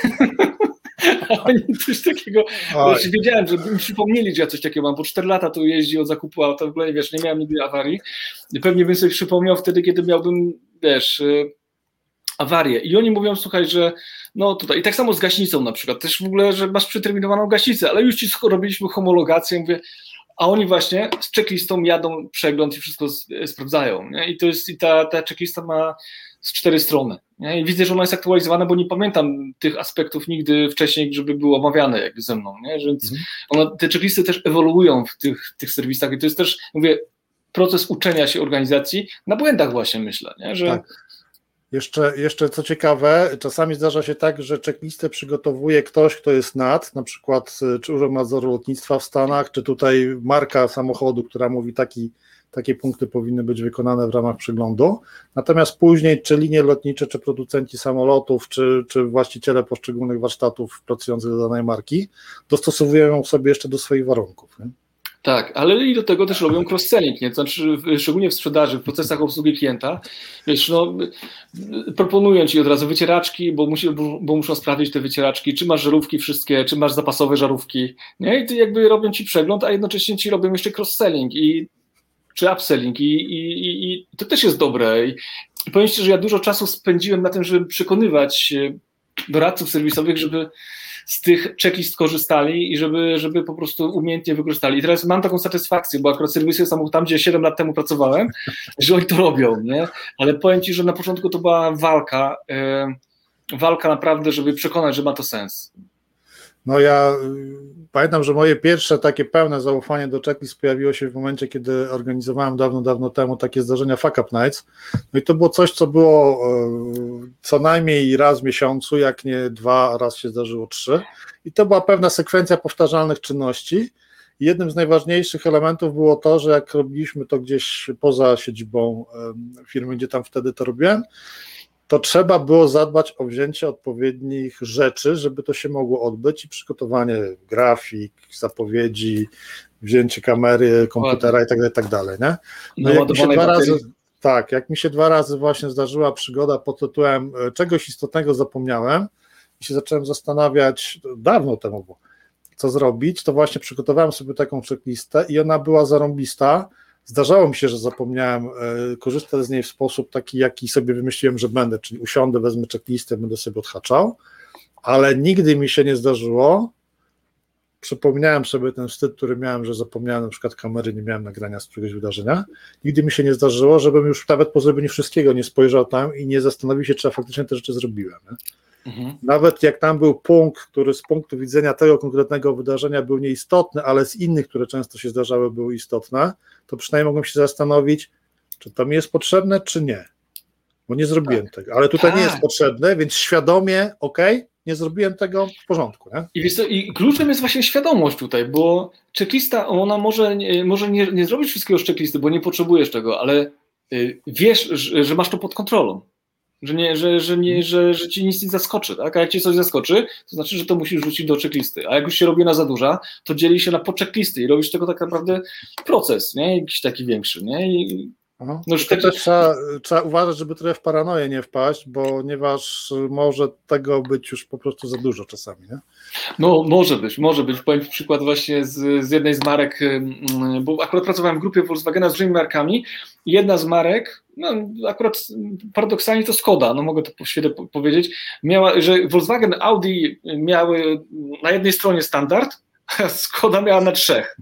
A oni coś takiego, znaczy wiedziałem, że mi przypomnieli, że ja coś takiego mam, po cztery lata tu jeździ od zakupu auta, w ogóle wiesz, nie miałem nigdy awarii i pewnie bym sobie przypomniał wtedy, kiedy miałbym, wiesz, awarię i oni mówią, słuchaj, że no tutaj, i tak samo z gaśnicą na przykład, też w ogóle, że masz przeterminowaną gaśnicę, ale już ci robiliśmy homologację, mówię, a oni właśnie z checklistą jadą przegląd i wszystko sprawdzają, nie? I to jest, i ta, ta checklista ma z cztery strony. Nie? I widzę, że ona jest aktualizowana, bo nie pamiętam tych aspektów nigdy wcześniej, żeby były omawiane jak ze mną, nie? Więc mhm. ona, te checklisty też ewoluują w tych, tych serwisach i to jest też, mówię, proces uczenia się organizacji na błędach właśnie, myślę, nie? Że tak. Jeszcze, jeszcze co ciekawe, czasami zdarza się tak, że checklistę przygotowuje ktoś, kto jest nad, na przykład czy Urząd Nadzoru Lotnictwa w Stanach, czy tutaj marka samochodu, która mówi taki, takie punkty powinny być wykonane w ramach przeglądu. Natomiast później czy linie lotnicze, czy producenci samolotów, czy, czy właściciele poszczególnych warsztatów pracujących do danej marki dostosowują sobie jeszcze do swoich warunków. Nie? Tak, ale i do tego też robią cross-selling, nie? To znaczy, szczególnie w sprzedaży, w procesach obsługi klienta, wiesz, no, proponują ci od razu wycieraczki, bo, musi, bo, bo muszą sprawdzić te wycieraczki, czy masz żarówki wszystkie, czy masz zapasowe żarówki, nie? I ty jakby robią ci przegląd, a jednocześnie ci robią jeszcze cross-selling i czy upselling i, i, i, i to też jest dobre. I, i powiem ci, że ja dużo czasu spędziłem na tym, żeby przekonywać doradców serwisowych, żeby z tych checklist korzystali i żeby, żeby po prostu umiejętnie wykorzystali. I teraz mam taką satysfakcję, bo akurat serwisy samochód tam, gdzie siedem lat temu pracowałem, że oni to robią, nie? Ale powiem ci, że na początku to była walka, yy, walka naprawdę, żeby przekonać, że ma to sens. No ja y, pamiętam, że moje pierwsze takie pełne zaufanie do checklist pojawiło się w momencie, kiedy organizowałem dawno, dawno temu takie zdarzenia Fuck Up Nights. No i to było coś, co było y, co najmniej raz w miesiącu, jak nie dwa, a raz się zdarzyło trzy. I to była pewna sekwencja powtarzalnych czynności. I jednym z najważniejszych elementów było to, że jak robiliśmy to gdzieś poza siedzibą y, firmy, gdzie tam wtedy to robiłem, to trzeba było zadbać o wzięcie odpowiednich rzeczy, żeby to się mogło odbyć i przygotowanie grafik, zapowiedzi, wzięcie kamery, komputera i tak dalej, i tak dalej, nie? No jak mi się dwa razy, tak, jak mi się dwa razy właśnie zdarzyła przygoda pod tytułem czegoś istotnego zapomniałem i się zacząłem zastanawiać, dawno temu było, co zrobić, to właśnie przygotowałem sobie taką checklistę i ona była zarąbista. Zdarzało mi się, że zapomniałem korzystać z niej w sposób taki, jaki sobie wymyśliłem, że będę, czyli usiądę, wezmę checklistę, będę sobie odhaczał, ale nigdy mi się nie zdarzyło, przypomniałem sobie ten wstyd, który miałem, że zapomniałem na przykład kamery, nie miałem nagrania z któregoś wydarzenia, nigdy mi się nie zdarzyło, żebym już nawet po zrobieniu wszystkiego nie spojrzał tam i nie zastanowił się, czy ja faktycznie te rzeczy zrobiłem. Nie? Mhm. Nawet jak tam był punkt, który z punktu widzenia tego konkretnego wydarzenia był nieistotny, ale z innych, które często się zdarzały, były istotne, to przynajmniej mogłem się zastanowić, czy to mi jest potrzebne, czy nie. Bo nie zrobiłem tak. tego. Ale tutaj tak. nie jest potrzebne, więc świadomie, okej, okay, nie zrobiłem tego, w porządku. Nie? I, wiesz co, i kluczem jest właśnie świadomość tutaj, bo checklista, ona może, nie, może nie, nie zrobić wszystkiego z checklisty, bo nie potrzebujesz tego, ale y, wiesz, że, że masz to pod kontrolą. Że, nie, że, że, nie, że, że ci nic nie zaskoczy, tak? A jak ci coś zaskoczy, to znaczy, że to musisz rzucić do checklisty. A jak już się robi na za duża, to dzieli się na podchecklisty i robisz tego tak naprawdę proces, nie? Jakiś taki większy, nie? I, no, już tak... też trzeba, trzeba uważać, żeby trochę w paranoję nie wpaść, ponieważ może tego być już po prostu za dużo czasami, nie? No może być, może być. Powiem przykład właśnie z, z jednej z marek, bo akurat pracowałem w grupie Volkswagena z różnymi markami i jedna z marek, no akurat paradoksalnie to Skoda, no mogę to świetnie powiedzieć, miała, że Volkswagen, Audi miały na jednej stronie standard, a Skoda miała na trzech.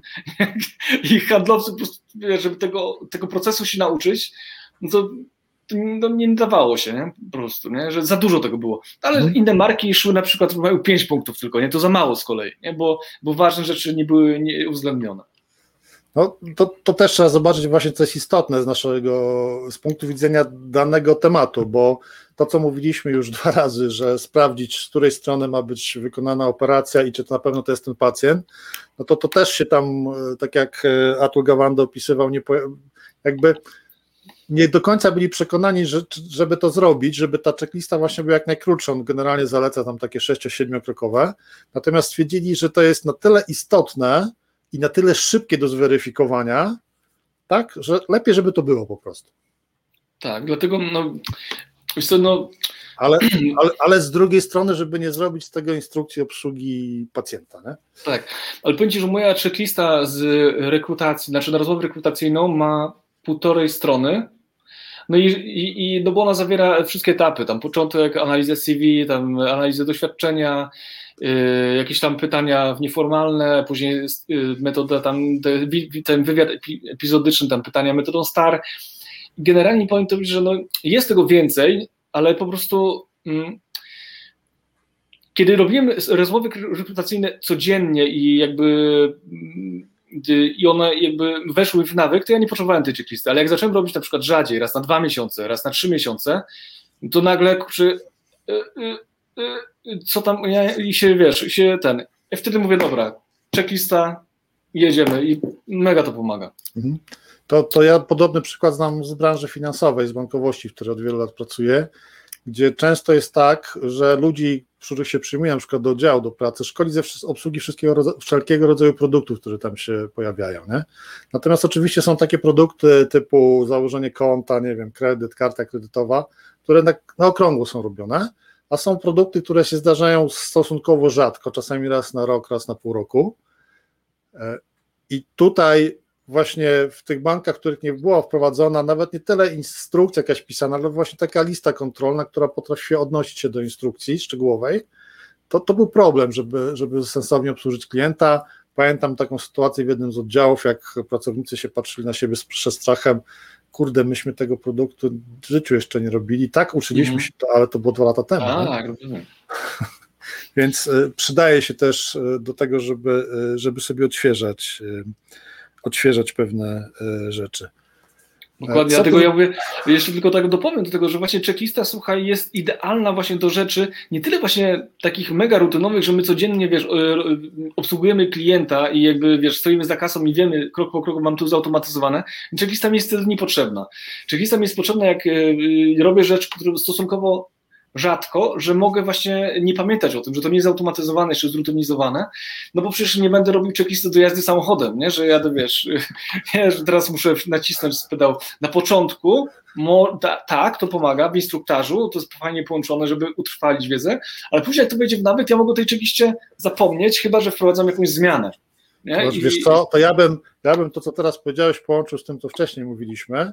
I handlowcy po prostu, żeby tego, tego procesu się nauczyć, no to no nie dawało się, nie? Po prostu, nie? Że za dużo tego było. Ale hmm. inne marki szły na przykład, mają pięć punktów tylko, nie? To za mało z kolei, nie? Bo, bo ważne rzeczy nie były nie uwzględnione. No, to, to też trzeba zobaczyć właśnie, co jest istotne z naszego, z punktu widzenia danego tematu, bo to, co mówiliśmy już dwa razy, że sprawdzić, z której strony ma być wykonana operacja i czy to na pewno to jest ten pacjent, no to to też się tam, tak jak Atul Gawande opisywał, nie, jakby nie do końca byli przekonani, że, żeby to zrobić, żeby ta checklista właśnie była jak najkrótsza. On generalnie zaleca tam takie sześcio-siedmiokrokowe, natomiast stwierdzili, że to jest na tyle istotne i na tyle szybkie do zweryfikowania, tak, że lepiej, żeby to było po prostu. Tak, dlatego no, wiesz co, no... Ale, ale, ale z drugiej strony, żeby nie zrobić z tego instrukcji obsługi pacjenta, nie? Tak, ale powiem ci, że moja checklista z rekrutacji, znaczy na rozmowę rekrutacyjną ma półtorej strony. No i, i, i no bo ona zawiera wszystkie etapy, tam początek, analizę C V, tam analizę doświadczenia, yy, jakieś tam pytania nieformalne, później yy, metoda tam, te, ten wywiad epizodyczny, tam pytania metodą STAR. Generalnie powiem to, że no, jest tego więcej, ale po prostu mm, kiedy robimy rozmowy rekrutacyjne codziennie i jakby mm, i one jakby weszły w nawyk, to ja nie potrzebowałem tej checklisty, ale jak zacząłem robić na przykład rzadziej, raz na dwa miesiące, raz na trzy miesiące, to nagle kurczę, co tam, ja, i się wiesz, się ten, ja wtedy mówię, dobra, checklista, jedziemy i mega to pomaga. Mhm. To, to ja podobny przykład znam z branży finansowej, z bankowości, w której od wielu lat pracuję, gdzie często jest tak, że ludzi, których się przyjmuje na przykład do oddziału, do pracy, szkoli ze obsługi wszystkiego, wszelkiego rodzaju produktów, które tam się pojawiają. Nie? Natomiast oczywiście są takie produkty typu założenie konta, nie wiem, kredyt, karta kredytowa, które na, na okrągło są robione, a są produkty, które się zdarzają stosunkowo rzadko, czasami raz na rok, raz na pół roku. I tutaj właśnie w tych bankach, w których nie była wprowadzona nawet nie tyle instrukcja jakaś pisana, ale właśnie taka lista kontrolna, która potrafi odnosić się do instrukcji szczegółowej, to, to był problem, żeby, żeby sensownie obsłużyć klienta. Pamiętam taką sytuację w jednym z oddziałów, jak pracownicy się patrzyli na siebie z przestrachem, kurde, myśmy tego produktu w życiu jeszcze nie robili, tak, uczyliśmy mm. się to, ale to było dwa lata temu. Tak, rozumiem. Więc y, przydaje się też y, do tego, żeby, y, żeby sobie odświeżać y, odświeżać pewne y, rzeczy. Dokładnie, Co dlatego to... ja mówię, jeszcze tylko tak dopowiem do tego, że właśnie checklista, słuchaj, jest idealna właśnie do rzeczy, nie tyle właśnie takich mega rutynowych, że my codziennie, wiesz, obsługujemy klienta i jakby, wiesz, stoimy za kasą i wiemy krok po kroku, mam tu zautomatyzowane. Checklista mi jest wtedy niepotrzebna. Checklista mi jest potrzebna, jak robię rzecz, która stosunkowo rzadko, że mogę właśnie nie pamiętać o tym, że to nie jest zautomatyzowane czy zrutynizowane, no bo przecież nie będę robił checklisty do jazdy samochodem, nie? Że jadę, wiesz, nie, że teraz muszę nacisnąć pedał na początku, mo, ta, tak, to pomaga w instruktażu, to jest fajnie połączone, żeby utrwalić wiedzę, ale później jak to wejdzie w nawyk, ja mogę o tej checkliście zapomnieć, chyba że wprowadzam jakąś zmianę. Nie? No, I... Wiesz co, to ja bym, ja bym to, co teraz powiedziałeś, połączył z tym, co wcześniej mówiliśmy.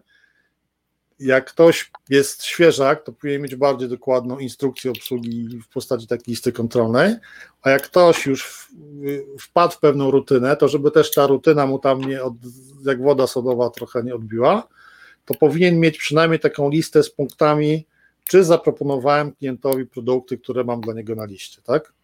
Jak ktoś jest świeżak, to powinien mieć bardziej dokładną instrukcję obsługi w postaci takiej listy kontrolnej, a jak ktoś już wpadł w pewną rutynę, to żeby też ta rutyna mu tam nie, od, jak woda sodowa trochę nie odbiła, to powinien mieć przynajmniej taką listę z punktami, czy zaproponowałem klientowi produkty, które mam dla niego na liście, tak?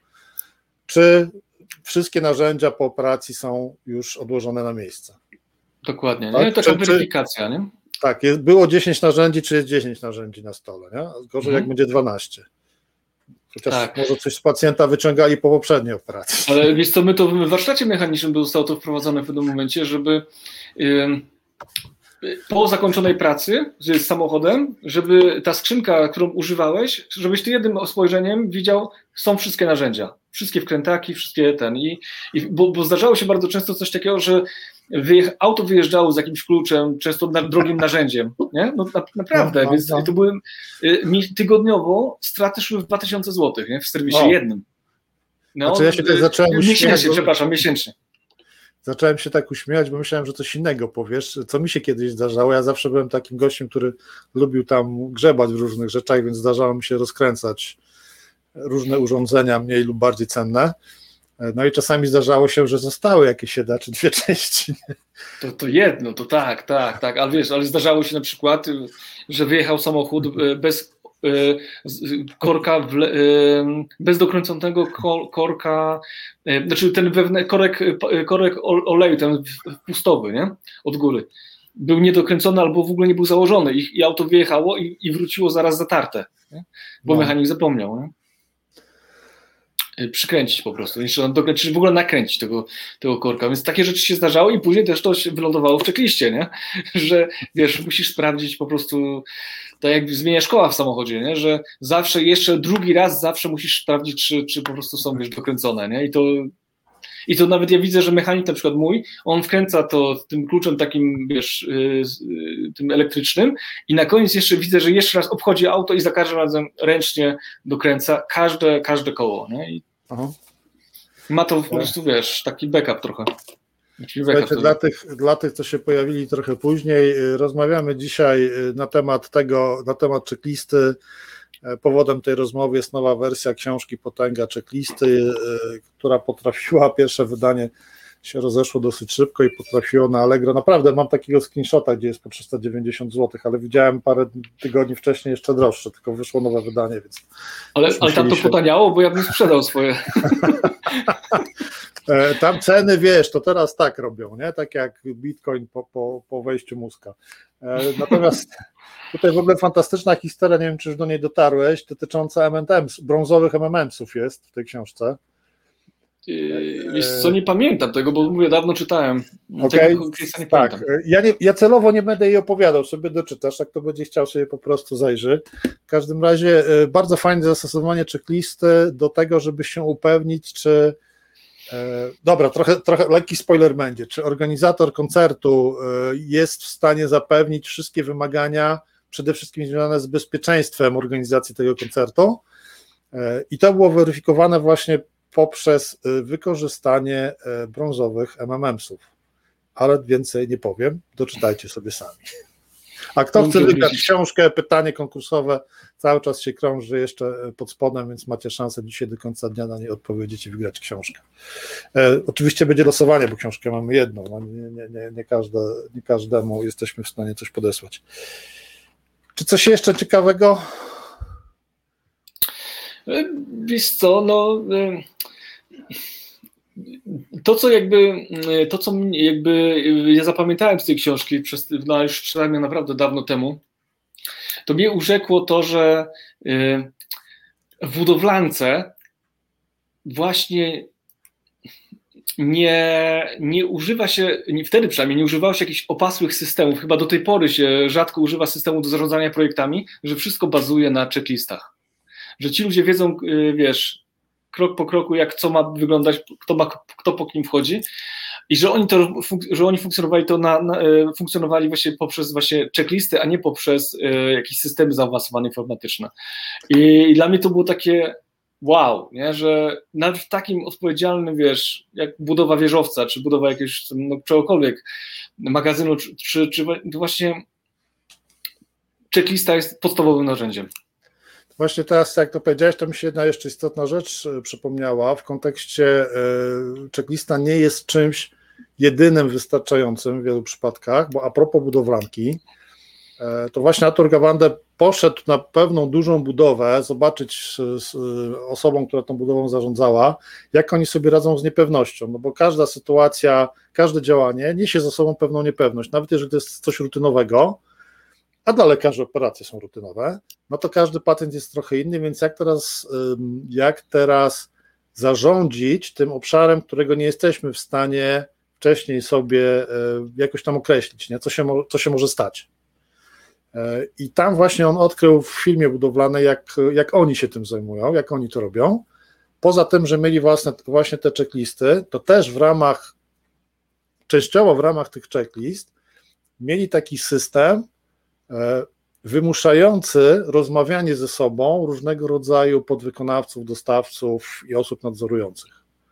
Czy wszystkie narzędzia po operacji są już odłożone na miejsce. Dokładnie, tak? nie? Taka czy, weryfikacja, nie? Tak, jest, było dziesięć narzędzi, czy jest dziesięć narzędzi na stole, nie? Gorzej, mhm. jak będzie dwanaście. Chociaż tak. Może coś z pacjenta wyciągali po poprzedniej operacji. Ale wiesz co, my to w warsztacie mechanicznym zostało to wprowadzone w pewnym momencie, żeby yy, po zakończonej pracy z samochodem, żeby ta skrzynka, którą używałeś, żebyś ty jednym spojrzeniem widział, są wszystkie narzędzia, wszystkie wkrętaki, wszystkie ten. I, i, bo, bo zdarzało się bardzo często coś takiego, że Wyjecha, auto wyjeżdżało z jakimś kluczem, często na, drogim narzędziem, nie? No na, naprawdę, no, więc no. to były y, tygodniowo straty szły w dwa tysiące złotych, nie? W serwisie o. jednym. No, znaczy ja się tak zacząłem miesięcznie, uśmiechać, bo... przepraszam, miesięcznie. Zacząłem się tak uśmiechać, bo myślałem, że coś innego powiesz, co mi się kiedyś zdarzało. Ja zawsze byłem takim gościem, który lubił tam grzebać w różnych rzeczach, więc zdarzało mi się rozkręcać różne urządzenia mniej lub bardziej cenne. No i czasami zdarzało się, że zostały jakieś jedna czy dwie części. To, to jedno, to tak, tak, tak, ale wiesz, ale zdarzało się na przykład, że wyjechał samochód bez korka, bez dokręconego korka, znaczy ten wewnętrzny korek, korek oleju, ten pustowy, nie? Od góry. Był niedokręcony albo w ogóle nie był założony i, i auto wyjechało i, i wróciło zaraz zatarte, nie? Bo no. mechanik zapomniał, nie? Przykręcić po prostu, jeszcze dokręcić, w ogóle nakręcić tego, tego korka, więc takie rzeczy się zdarzały i później też to się wylądowało w checkliście, nie? Że wiesz, musisz sprawdzić po prostu, tak jak zmienia szkoła w samochodzie, nie? Że zawsze, jeszcze drugi raz zawsze musisz sprawdzić, czy, czy po prostu są, wiesz, dokręcone, nie? I to, i to nawet ja widzę, że mechanik na przykład mój, on wkręca to tym kluczem takim, wiesz, yy, yy, tym elektrycznym i na koniec jeszcze widzę, że jeszcze raz obchodzi auto i za każdym razem ręcznie dokręca każde, każde koło, nie? I Aha. ma to po prostu, wiesz, taki backup trochę. Słuchajcie, dla tych, dla tych, co się pojawili trochę później, rozmawiamy dzisiaj na temat tego, na temat checklisty. Powodem tej rozmowy jest nowa wersja książki Potęga Checklisty, która potrafiła, pierwsze wydanie się rozeszło dosyć szybko i potrafiło na Allegro. Naprawdę mam takiego screenshota, gdzie jest po trzysta dziewięćdziesiąt złotych, ale widziałem parę tygodni wcześniej jeszcze droższe, tylko wyszło nowe wydanie, więc... Ale, ale tam to się... potaniało, bo ja bym sprzedał swoje. Tam ceny, wiesz, to teraz tak robią, nie? Tak jak Bitcoin po, po, po wejściu Muska. Natomiast tutaj w ogóle fantastyczna historia, nie wiem, czy już do niej dotarłeś, dotycząca M and M's, brązowych M and M'sów jest w tej książce. Wiesz co, nie pamiętam tego, bo mówię, dawno czytałem. Okay. Tego nie tak, ja, nie, ja celowo nie będę jej opowiadał, sobie doczytasz, jak to będzie chciał, sobie po prostu zajrzy. W każdym razie bardzo fajne zastosowanie checklisty do tego, żeby się upewnić, czy dobra, trochę, trochę lekki spoiler będzie, czy organizator koncertu jest w stanie zapewnić wszystkie wymagania, przede wszystkim związane z bezpieczeństwem organizacji tego koncertu, i to było weryfikowane właśnie poprzez wykorzystanie brązowych M M M sów, ale więcej nie powiem, doczytajcie sobie sami. A kto chce wygrać książkę, pytanie konkursowe cały czas się krąży jeszcze pod spodem, więc macie szansę dzisiaj do końca dnia na nie odpowiedzieć i wygrać książkę. E, oczywiście będzie losowanie, bo książkę mamy jedną, no nie, nie, nie, nie, każde, nie każdemu jesteśmy w stanie coś podesłać. Czy coś jeszcze ciekawego? Wiesz co, no... To, co jakby, to, co jakby ja zapamiętałem z tej książki, przez, no już czytałem ją naprawdę dawno temu, to mnie urzekło to, że w budowlance właśnie nie, nie używa się, wtedy przynajmniej nie używało się jakichś opasłych systemów, chyba do tej pory się rzadko używa systemu do zarządzania projektami, że wszystko bazuje na checklistach, że ci ludzie wiedzą, wiesz, krok po kroku, jak co ma wyglądać, kto, ma, kto po kim wchodzi i że oni to, że oni funkcjonowali to na, na, funkcjonowali właśnie poprzez właśnie checklisty, a nie poprzez e, jakieś systemy zaawansowane informatyczne. I, I dla mnie to było takie wow, nie? Że nawet w takim odpowiedzialnym, wiesz, jak budowa wieżowca, czy budowa jakiegoś, no, czegokolwiek magazynu, czy, czy, czy właśnie checklista jest podstawowym narzędziem. Właśnie teraz, jak to powiedziałeś, to mi się jedna jeszcze istotna rzecz przypomniała. W kontekście checklista nie jest czymś jedynym wystarczającym w wielu przypadkach, bo a propos budowlanki, to właśnie Artur Gawande poszedł na pewną dużą budowę, zobaczyć z, z osobą, która tą budową zarządzała, jak oni sobie radzą z niepewnością, no bo każda sytuacja, każde działanie niesie za sobą pewną niepewność, nawet jeżeli to jest coś rutynowego, a dla lekarzy operacje są rutynowe, no to każdy pacjent jest trochę inny, więc jak teraz, jak teraz zarządzić tym obszarem, którego nie jesteśmy w stanie wcześniej sobie jakoś tam określić, nie? Co się, co się może stać. I tam właśnie on odkrył w filmie budowlanej, jak, jak oni się tym zajmują, jak oni to robią. Poza tym, że mieli własne, właśnie te checklisty, to też w ramach, częściowo w ramach tych checklist mieli taki system wymuszający rozmawianie ze sobą różnego rodzaju podwykonawców, dostawców i osób nadzorujących.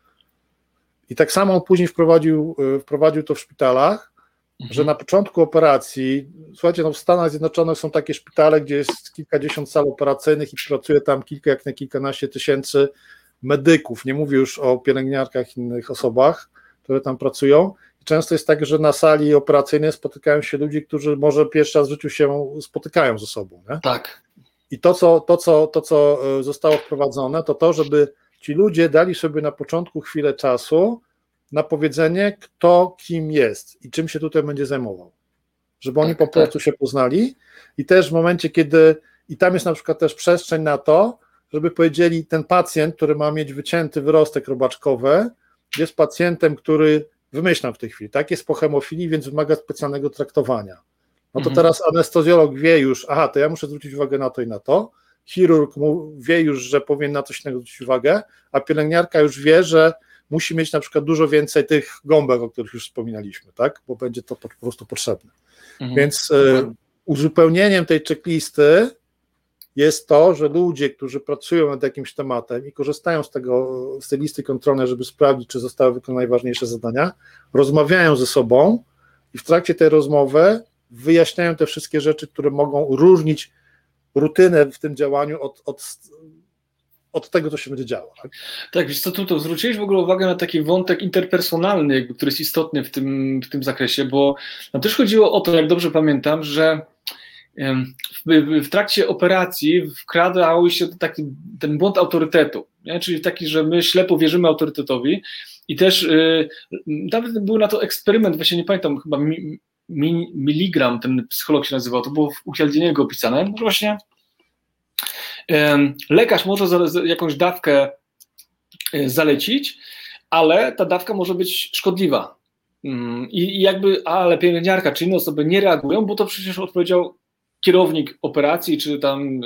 I tak samo on później wprowadził, wprowadził to w szpitalach, mhm. że na początku operacji, słuchajcie, no w Stanach Zjednoczonych są takie szpitale, gdzie jest kilkadziesiąt sal operacyjnych i pracuje tam kilka, jak nie kilkanaście tysięcy medyków, nie mówię już o pielęgniarkach i innych osobach, które tam pracują. Często jest tak, że na sali operacyjnej spotykają się ludzie, którzy może pierwszy raz w życiu się spotykają ze sobą. Nie? Tak. I to co, to, co, to, co zostało wprowadzone, to to, żeby ci ludzie dali sobie na początku chwilę czasu na powiedzenie, kto kim jest i czym się tutaj będzie zajmował. Żeby oni tak, po prostu tak. się poznali i też w momencie, kiedy, i tam jest na przykład też przestrzeń na to, żeby powiedzieli, ten pacjent, który ma mieć wycięty wyrostek robaczkowy, jest pacjentem, który wymyślam w tej chwili, tak, jest po hemofilii, więc wymaga specjalnego traktowania. No to mhm. teraz anestezjolog wie już, aha, to ja muszę zwrócić uwagę na to i na to, chirurg mu wie już, że powinien na coś innego zwrócić uwagę, a pielęgniarka już wie, że musi mieć na przykład dużo więcej tych gąbek, o których już wspominaliśmy, tak, bo będzie to po prostu potrzebne. Mhm. Więc y, uzupełnieniem tej checklisty jest to, że ludzie, którzy pracują nad jakimś tematem i korzystają z tego, z tej listy kontrolnej, żeby sprawdzić, czy zostały wykonane najważniejsze zadania, rozmawiają ze sobą i w trakcie tej rozmowy wyjaśniają te wszystkie rzeczy, które mogą różnić rutynę w tym działaniu od, od, od tego, co się będzie działo. Tak, tak, wiesz co, tu to zwróciłeś w ogóle uwagę na taki wątek interpersonalny, jakby, który jest istotny w tym, w tym zakresie, bo nam też chodziło o to, jak dobrze pamiętam, że W, w trakcie operacji wkradał się taki, ten błąd autorytetu, nie? Czyli taki, że my ślepo wierzymy autorytetowi i też yy, nawet był na to eksperyment, właśnie nie pamiętam, chyba mi, mi, Miligram, ten psycholog się nazywał, to było u Cialdiniego opisane, że właśnie yy, lekarz może za, za jakąś dawkę yy, zalecić, ale ta dawka może być szkodliwa. I jakby, ale pielęgniarka czy inne osoby nie reagują, bo to przecież odpowiedział kierownik operacji, czy tam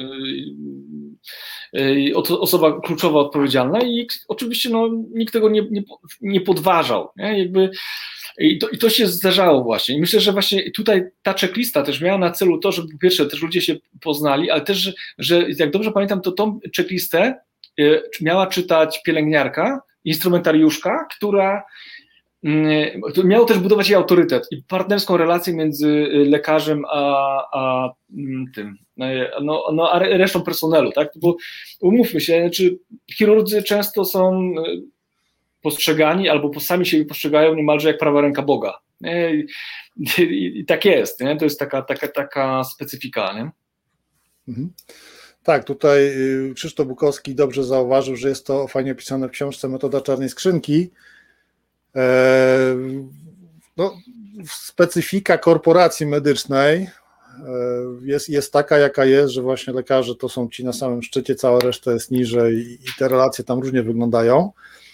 osoba kluczowa odpowiedzialna i oczywiście no, nikt tego nie, nie, nie podważał. Nie? Jakby, i, to, I to się zdarzało właśnie. I myślę, że właśnie tutaj ta checklista też miała na celu to, żeby po pierwsze też ludzie się poznali, ale też, że, że jak dobrze pamiętam, to tą checklistę miała czytać pielęgniarka, instrumentariuszka, która miało też budować jej autorytet i partnerską relację między lekarzem a, a tym, no, no, a resztą personelu, tak? Bo umówmy się, czy chirurdzy często są postrzegani albo sami siebie postrzegają niemalże jak prawa ręka Boga. I, i, i tak jest, nie? To jest taka, taka, taka specyfika, nie? Mhm. Tak, tutaj Krzysztof Bukowski dobrze zauważył, że jest to fajnie opisane w książce Metoda czarnej skrzynki. No, specyfika korporacji medycznej jest, jest taka, jaka jest, że właśnie lekarze to są ci na samym szczycie, cała reszta jest niżej i te relacje tam różnie wyglądają,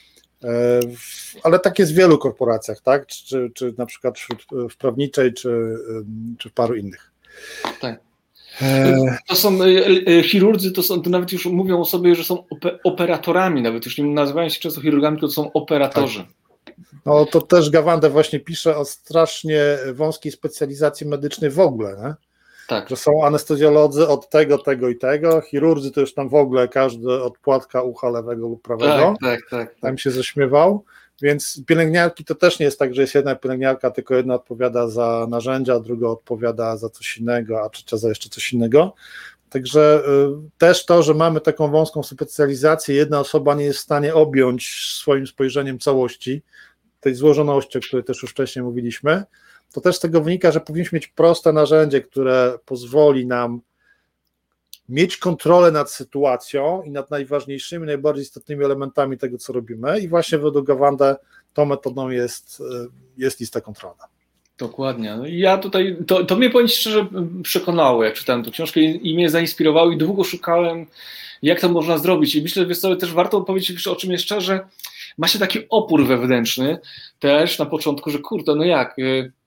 ale tak jest w wielu korporacjach, tak? Czy, czy na przykład w prawniczej, czy, czy w paru innych. Tak. To są chirurdzy, to, są, to nawet już mówią o sobie, że są operatorami, nawet już nie nazywają się często chirurgami, to są operatorzy. Tak. No to też Gawande właśnie pisze o strasznie wąskiej specjalizacji medycznej w ogóle, nie? Tak. Że są anestezjolodzy od tego, tego i tego, chirurdzy to już tam w ogóle każdy od płatka ucha lewego lub prawego. Tak, tak, tak. Tam tak. się zaśmiewał, więc pielęgniarki to też nie jest tak, że jest jedna pielęgniarka, tylko jedna odpowiada za narzędzia, druga odpowiada za coś innego, a trzecia za jeszcze coś innego. Także y, też to, że mamy taką wąską specjalizację, jedna osoba nie jest w stanie objąć swoim spojrzeniem całości, tej złożoności, o której też już wcześniej mówiliśmy, to też z tego wynika, że powinniśmy mieć proste narzędzie, które pozwoli nam mieć kontrolę nad sytuacją i nad najważniejszymi, najbardziej istotnymi elementami tego, co robimy i właśnie według Gawande tą metodą jest, jest lista kontrolna. Dokładnie. Ja tutaj, to, to mnie powiem szczerze przekonało, jak czytałem tę książkę i, i mnie zainspirowało i długo szukałem, jak to można zrobić i myślę, że też warto powiedzieć o czym jeszcze, że ma się taki opór wewnętrzny też na początku, że kurde, no jak,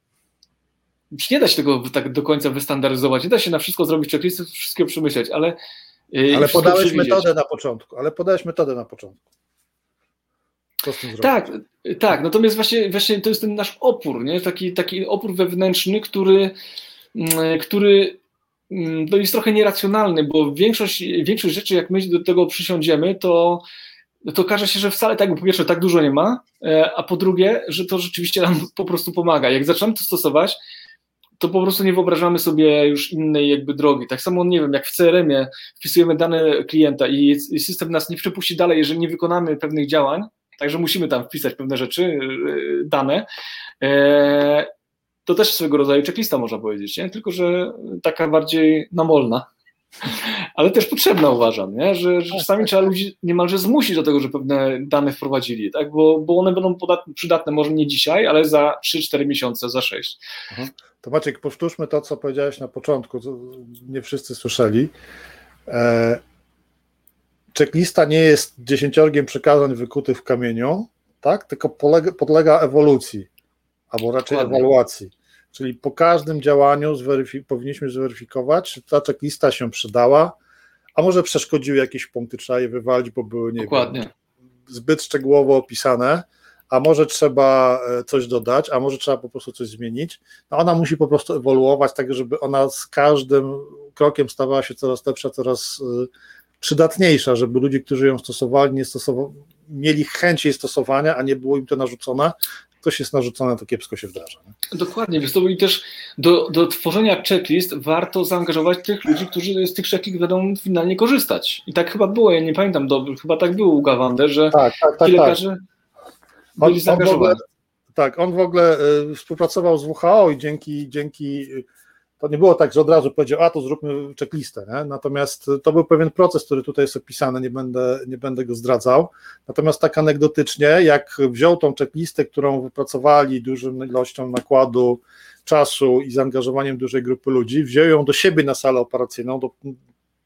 już nie da się tego tak do końca wystandaryzować, nie da się na wszystko zrobić checklistę, wszystkiego przemyśleć, ale ale podałeś przewidzieć. metodę na początku, ale podałeś metodę na początku. Co z tym zrobić? Tak, tak, natomiast właśnie, właśnie to jest ten nasz opór, nie? Taki, taki opór wewnętrzny, który, który to jest trochę nieracjonalny, bo większość, większość rzeczy, jak my do tego przysiądziemy, to to okaże się, że wcale tak, po pierwsze tak dużo nie ma, a po drugie, że to rzeczywiście nam po prostu pomaga. Jak zaczynamy to stosować, to po prostu nie wyobrażamy sobie już innej jakby drogi. Tak samo, nie wiem, jak w C R M ie wpisujemy dane klienta i system nas nie przepuści dalej, jeżeli nie wykonamy pewnych działań, także musimy tam wpisać pewne rzeczy, dane, to też swego rodzaju checklista można powiedzieć, nie? Tylko że taka bardziej namolna. Ale też potrzebna uważam, nie? Że, że czasami trzeba ludzi niemalże zmusić do tego, że pewne dane wprowadzili, tak? bo, bo one będą podatne, przydatne może nie dzisiaj, ale za trzy cztery miesiące, za sześć. Aha. To Maciek, powtórzmy to, co powiedziałeś na początku, co nie wszyscy słyszeli. E, checklista nie jest dziesięciorgiem przekazań wykutych w kamieniu, tak? Tylko polega, podlega ewolucji, albo raczej Dokładnie. ewaluacji. Czyli po każdym działaniu zweryfik- powinniśmy zweryfikować, czy ta checklista się przydała, a może przeszkodziły jakieś punkty, trzeba je wywalić, bo były nie wiem, zbyt szczegółowo opisane, a może trzeba coś dodać, a może trzeba po prostu coś zmienić. No ona musi po prostu ewoluować, tak żeby ona z każdym krokiem stawała się coraz lepsza, coraz przydatniejsza, żeby ludzie, którzy ją stosowali, nie stosowa- mieli chęć jej stosowania, a nie było im to narzucone. Ktoś jest narzucone, to kiepsko się wdraża. Nie? Dokładnie, wiesz, to i też do, do tworzenia checklist warto zaangażować tych ludzi, którzy z tych checklist będą finalnie korzystać. I tak chyba było, ja nie pamiętam dobrze, chyba tak było u Gawande, że tak, tak, tak, ci lekarze tak. byli on, zaangażowani. On ogóle, tak, on w ogóle y, współpracował z W H O i dzięki, dzięki to nie było tak, że od razu powiedział, a to zróbmy checklistę, nie? Natomiast to był pewien proces, który tutaj jest opisany, nie będę, nie będę go zdradzał. Natomiast tak anegdotycznie, jak wziął tą checklistę, którą wypracowali dużą ilością nakładu, czasu i zaangażowaniem dużej grupy ludzi, wziął ją do siebie na salę operacyjną, do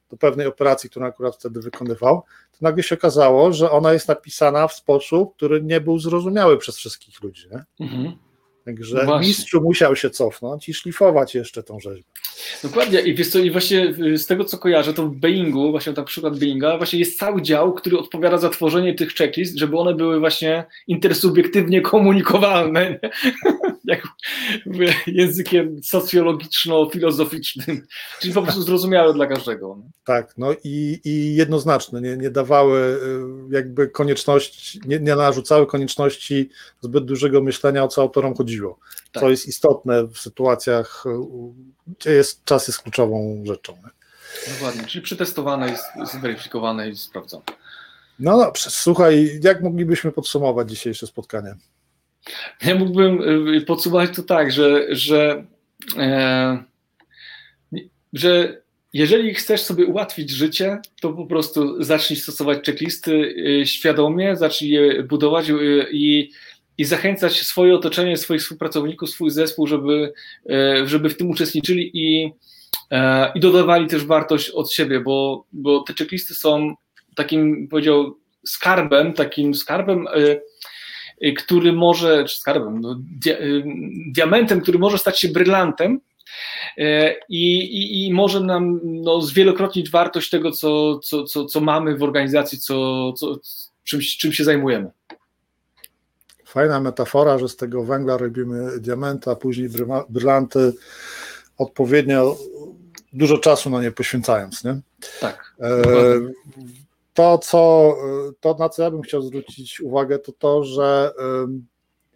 do pewnej operacji, którą akurat wtedy wykonywał, to nagle się okazało, że ona jest napisana w sposób, który nie był zrozumiały przez wszystkich ludzi. Nie? Mhm. Także no mistrzu musiał się cofnąć i szlifować jeszcze tą rzeźbę. Dokładnie i wiesz co, i właśnie z tego co kojarzę, to w Boeingu, właśnie na przykład Boeinga, właśnie jest cały dział, który odpowiada za tworzenie tych checklist, żeby one były właśnie intersubiektywnie komunikowalne, jak językiem socjologiczno-filozoficznym, czyli po prostu zrozumiałe dla każdego. Tak, no i, i jednoznaczne, nie, nie dawały jakby konieczności, nie, nie narzucały konieczności zbyt dużego myślenia, o co autorom chodziło, tak. Co jest istotne w sytuacjach, gdzie jest, czas jest kluczową rzeczą. Nie? Dokładnie, czyli przetestowane, jest, zweryfikowane i sprawdzone. No dobrze, słuchaj, jak moglibyśmy podsumować dzisiejsze spotkanie? Ja mógłbym podsumować to tak, że, że, e, że jeżeli chcesz sobie ułatwić życie, to po prostu zacznij stosować checklisty świadomie, zacznij je budować i, i zachęcać swoje otoczenie, swoich współpracowników, swój zespół, żeby, żeby w tym uczestniczyli i, i dodawali też wartość od siebie, bo, bo te checklisty są takim, powiedział, skarbem, takim skarbem, który może, czy skarbem, no, dia, diamentem, który może stać się brylantem i, i, i może nam no, zwielokrotnić wartość tego, co, co, co, co mamy w organizacji, co, co, czym, czym się zajmujemy. Fajna metafora, że z tego węgla robimy diamenty, a później brylanty, odpowiednio dużo czasu na nie poświęcając, nie? Tak. E, To, co, to, na co ja bym chciał zwrócić uwagę, to to, że um,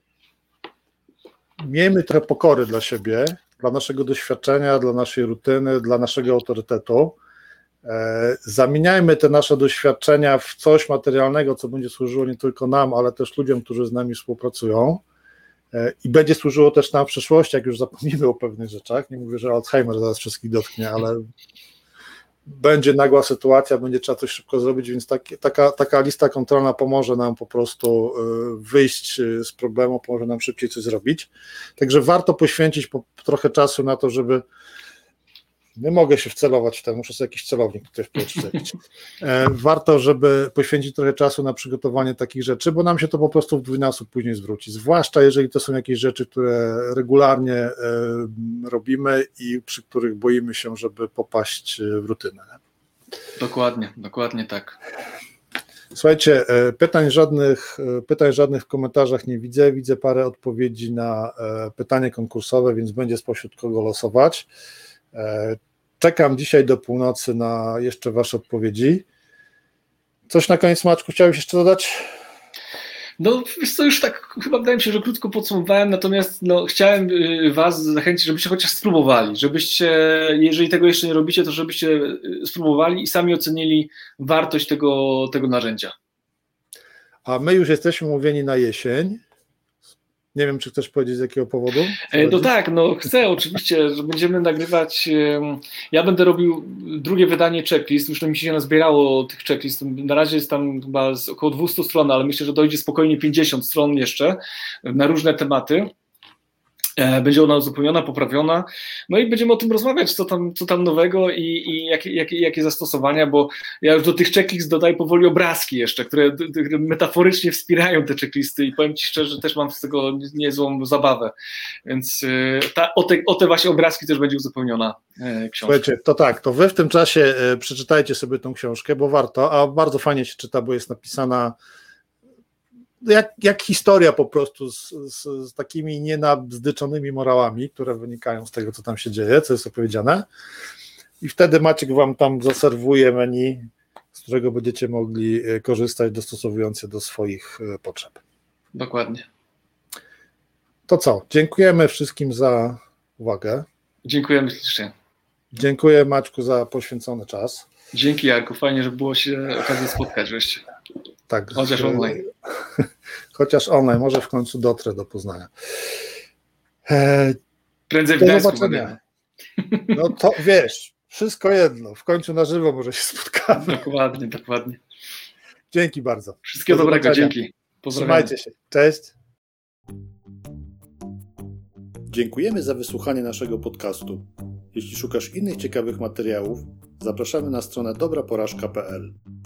miejmy trochę pokory dla siebie, dla naszego doświadczenia, dla naszej rutyny, dla naszego autorytetu. E, zamieniajmy te nasze doświadczenia w coś materialnego, co będzie służyło nie tylko nam, ale też ludziom, którzy z nami współpracują. E, I będzie służyło też nam w przyszłości, jak już zapomnimy o pewnych rzeczach. Nie mówię, że Alzheimer zaraz wszystkich dotknie, ale będzie nagła sytuacja, będzie trzeba coś szybko zrobić, więc taki, taka, taka lista kontrolna pomoże nam po prostu wyjść z problemu, pomoże nam szybciej coś zrobić. Także warto poświęcić po, trochę czasu na to, żeby nie mogę się wcelować w to, muszę sobie jakiś celownik tutaj wprowadzić. Warto, żeby poświęcić trochę czasu na przygotowanie takich rzeczy, bo nam się to po prostu w dwójnasób później zwróci, zwłaszcza jeżeli to są jakieś rzeczy, które regularnie robimy i przy których boimy się, żeby popaść w rutynę. Dokładnie, dokładnie tak. Słuchajcie, pytań żadnych, pytań żadnych w komentarzach nie widzę, widzę parę odpowiedzi na pytanie konkursowe, więc będzie spośród kogo losować. Czekam dzisiaj do północy na jeszcze wasze odpowiedzi. Coś na koniec, Maćku, chciałeś jeszcze dodać? No wiesz co, już tak chyba wydaje mi się, że krótko podsumowałem, natomiast no, chciałem was zachęcić, żebyście chociaż spróbowali, żebyście, jeżeli tego jeszcze nie robicie, to żebyście spróbowali i sami ocenili wartość tego, tego narzędzia. A my już jesteśmy umówieni na jesień. Nie wiem, czy chcesz powiedzieć z jakiego powodu? No tak, no chcę oczywiście, że będziemy nagrywać, ja będę robił drugie wydanie checklist, już mi się nazbierało tych checklist, na razie jest tam chyba około dwieście stron, ale myślę, że dojdzie spokojnie pięćdziesiąt stron jeszcze na różne tematy. Będzie ona uzupełniona, poprawiona, no i będziemy o tym rozmawiać, co tam, co tam nowego i, i jakie, jakie, jakie zastosowania, bo ja już do tych checklist dodaję powoli obrazki jeszcze, które, które metaforycznie wspierają te checklisty i powiem ci szczerze, też mam z tego niezłą zabawę, więc ta, o, te, o te właśnie obrazki też będzie uzupełniona książka. Słuchajcie, to tak, to wy w tym czasie przeczytajcie sobie tą książkę, bo warto, a bardzo fajnie się czyta, bo jest napisana Jak, jak historia po prostu z, z, z takimi nienabzdyczonymi morałami, które wynikają z tego, co tam się dzieje, co jest opowiedziane. I wtedy Maciek wam tam zaserwuje menu, z którego będziecie mogli korzystać, dostosowując je do swoich potrzeb. Dokładnie. To co? Dziękujemy wszystkim za uwagę. Dziękujemy ślicznie. Dziękuję, Maćku, za poświęcony czas. Dzięki, Jarku. Fajnie, że było się okazję spotkać wreszcie. Tak, chociaż online. Chociaż online, może w końcu dotrę do Poznania. E, Prędzej w Gdańsku będę. No to wiesz, wszystko jedno, w końcu na żywo może się spotkamy. Dokładnie, dokładnie. Dzięki bardzo. Wszystkiego do dobrego, dzięki. Trzymajcie się. Cześć. Dziękujemy za wysłuchanie naszego podcastu. Jeśli szukasz innych ciekawych materiałów, zapraszamy na stronę dobra porażka kropka p l.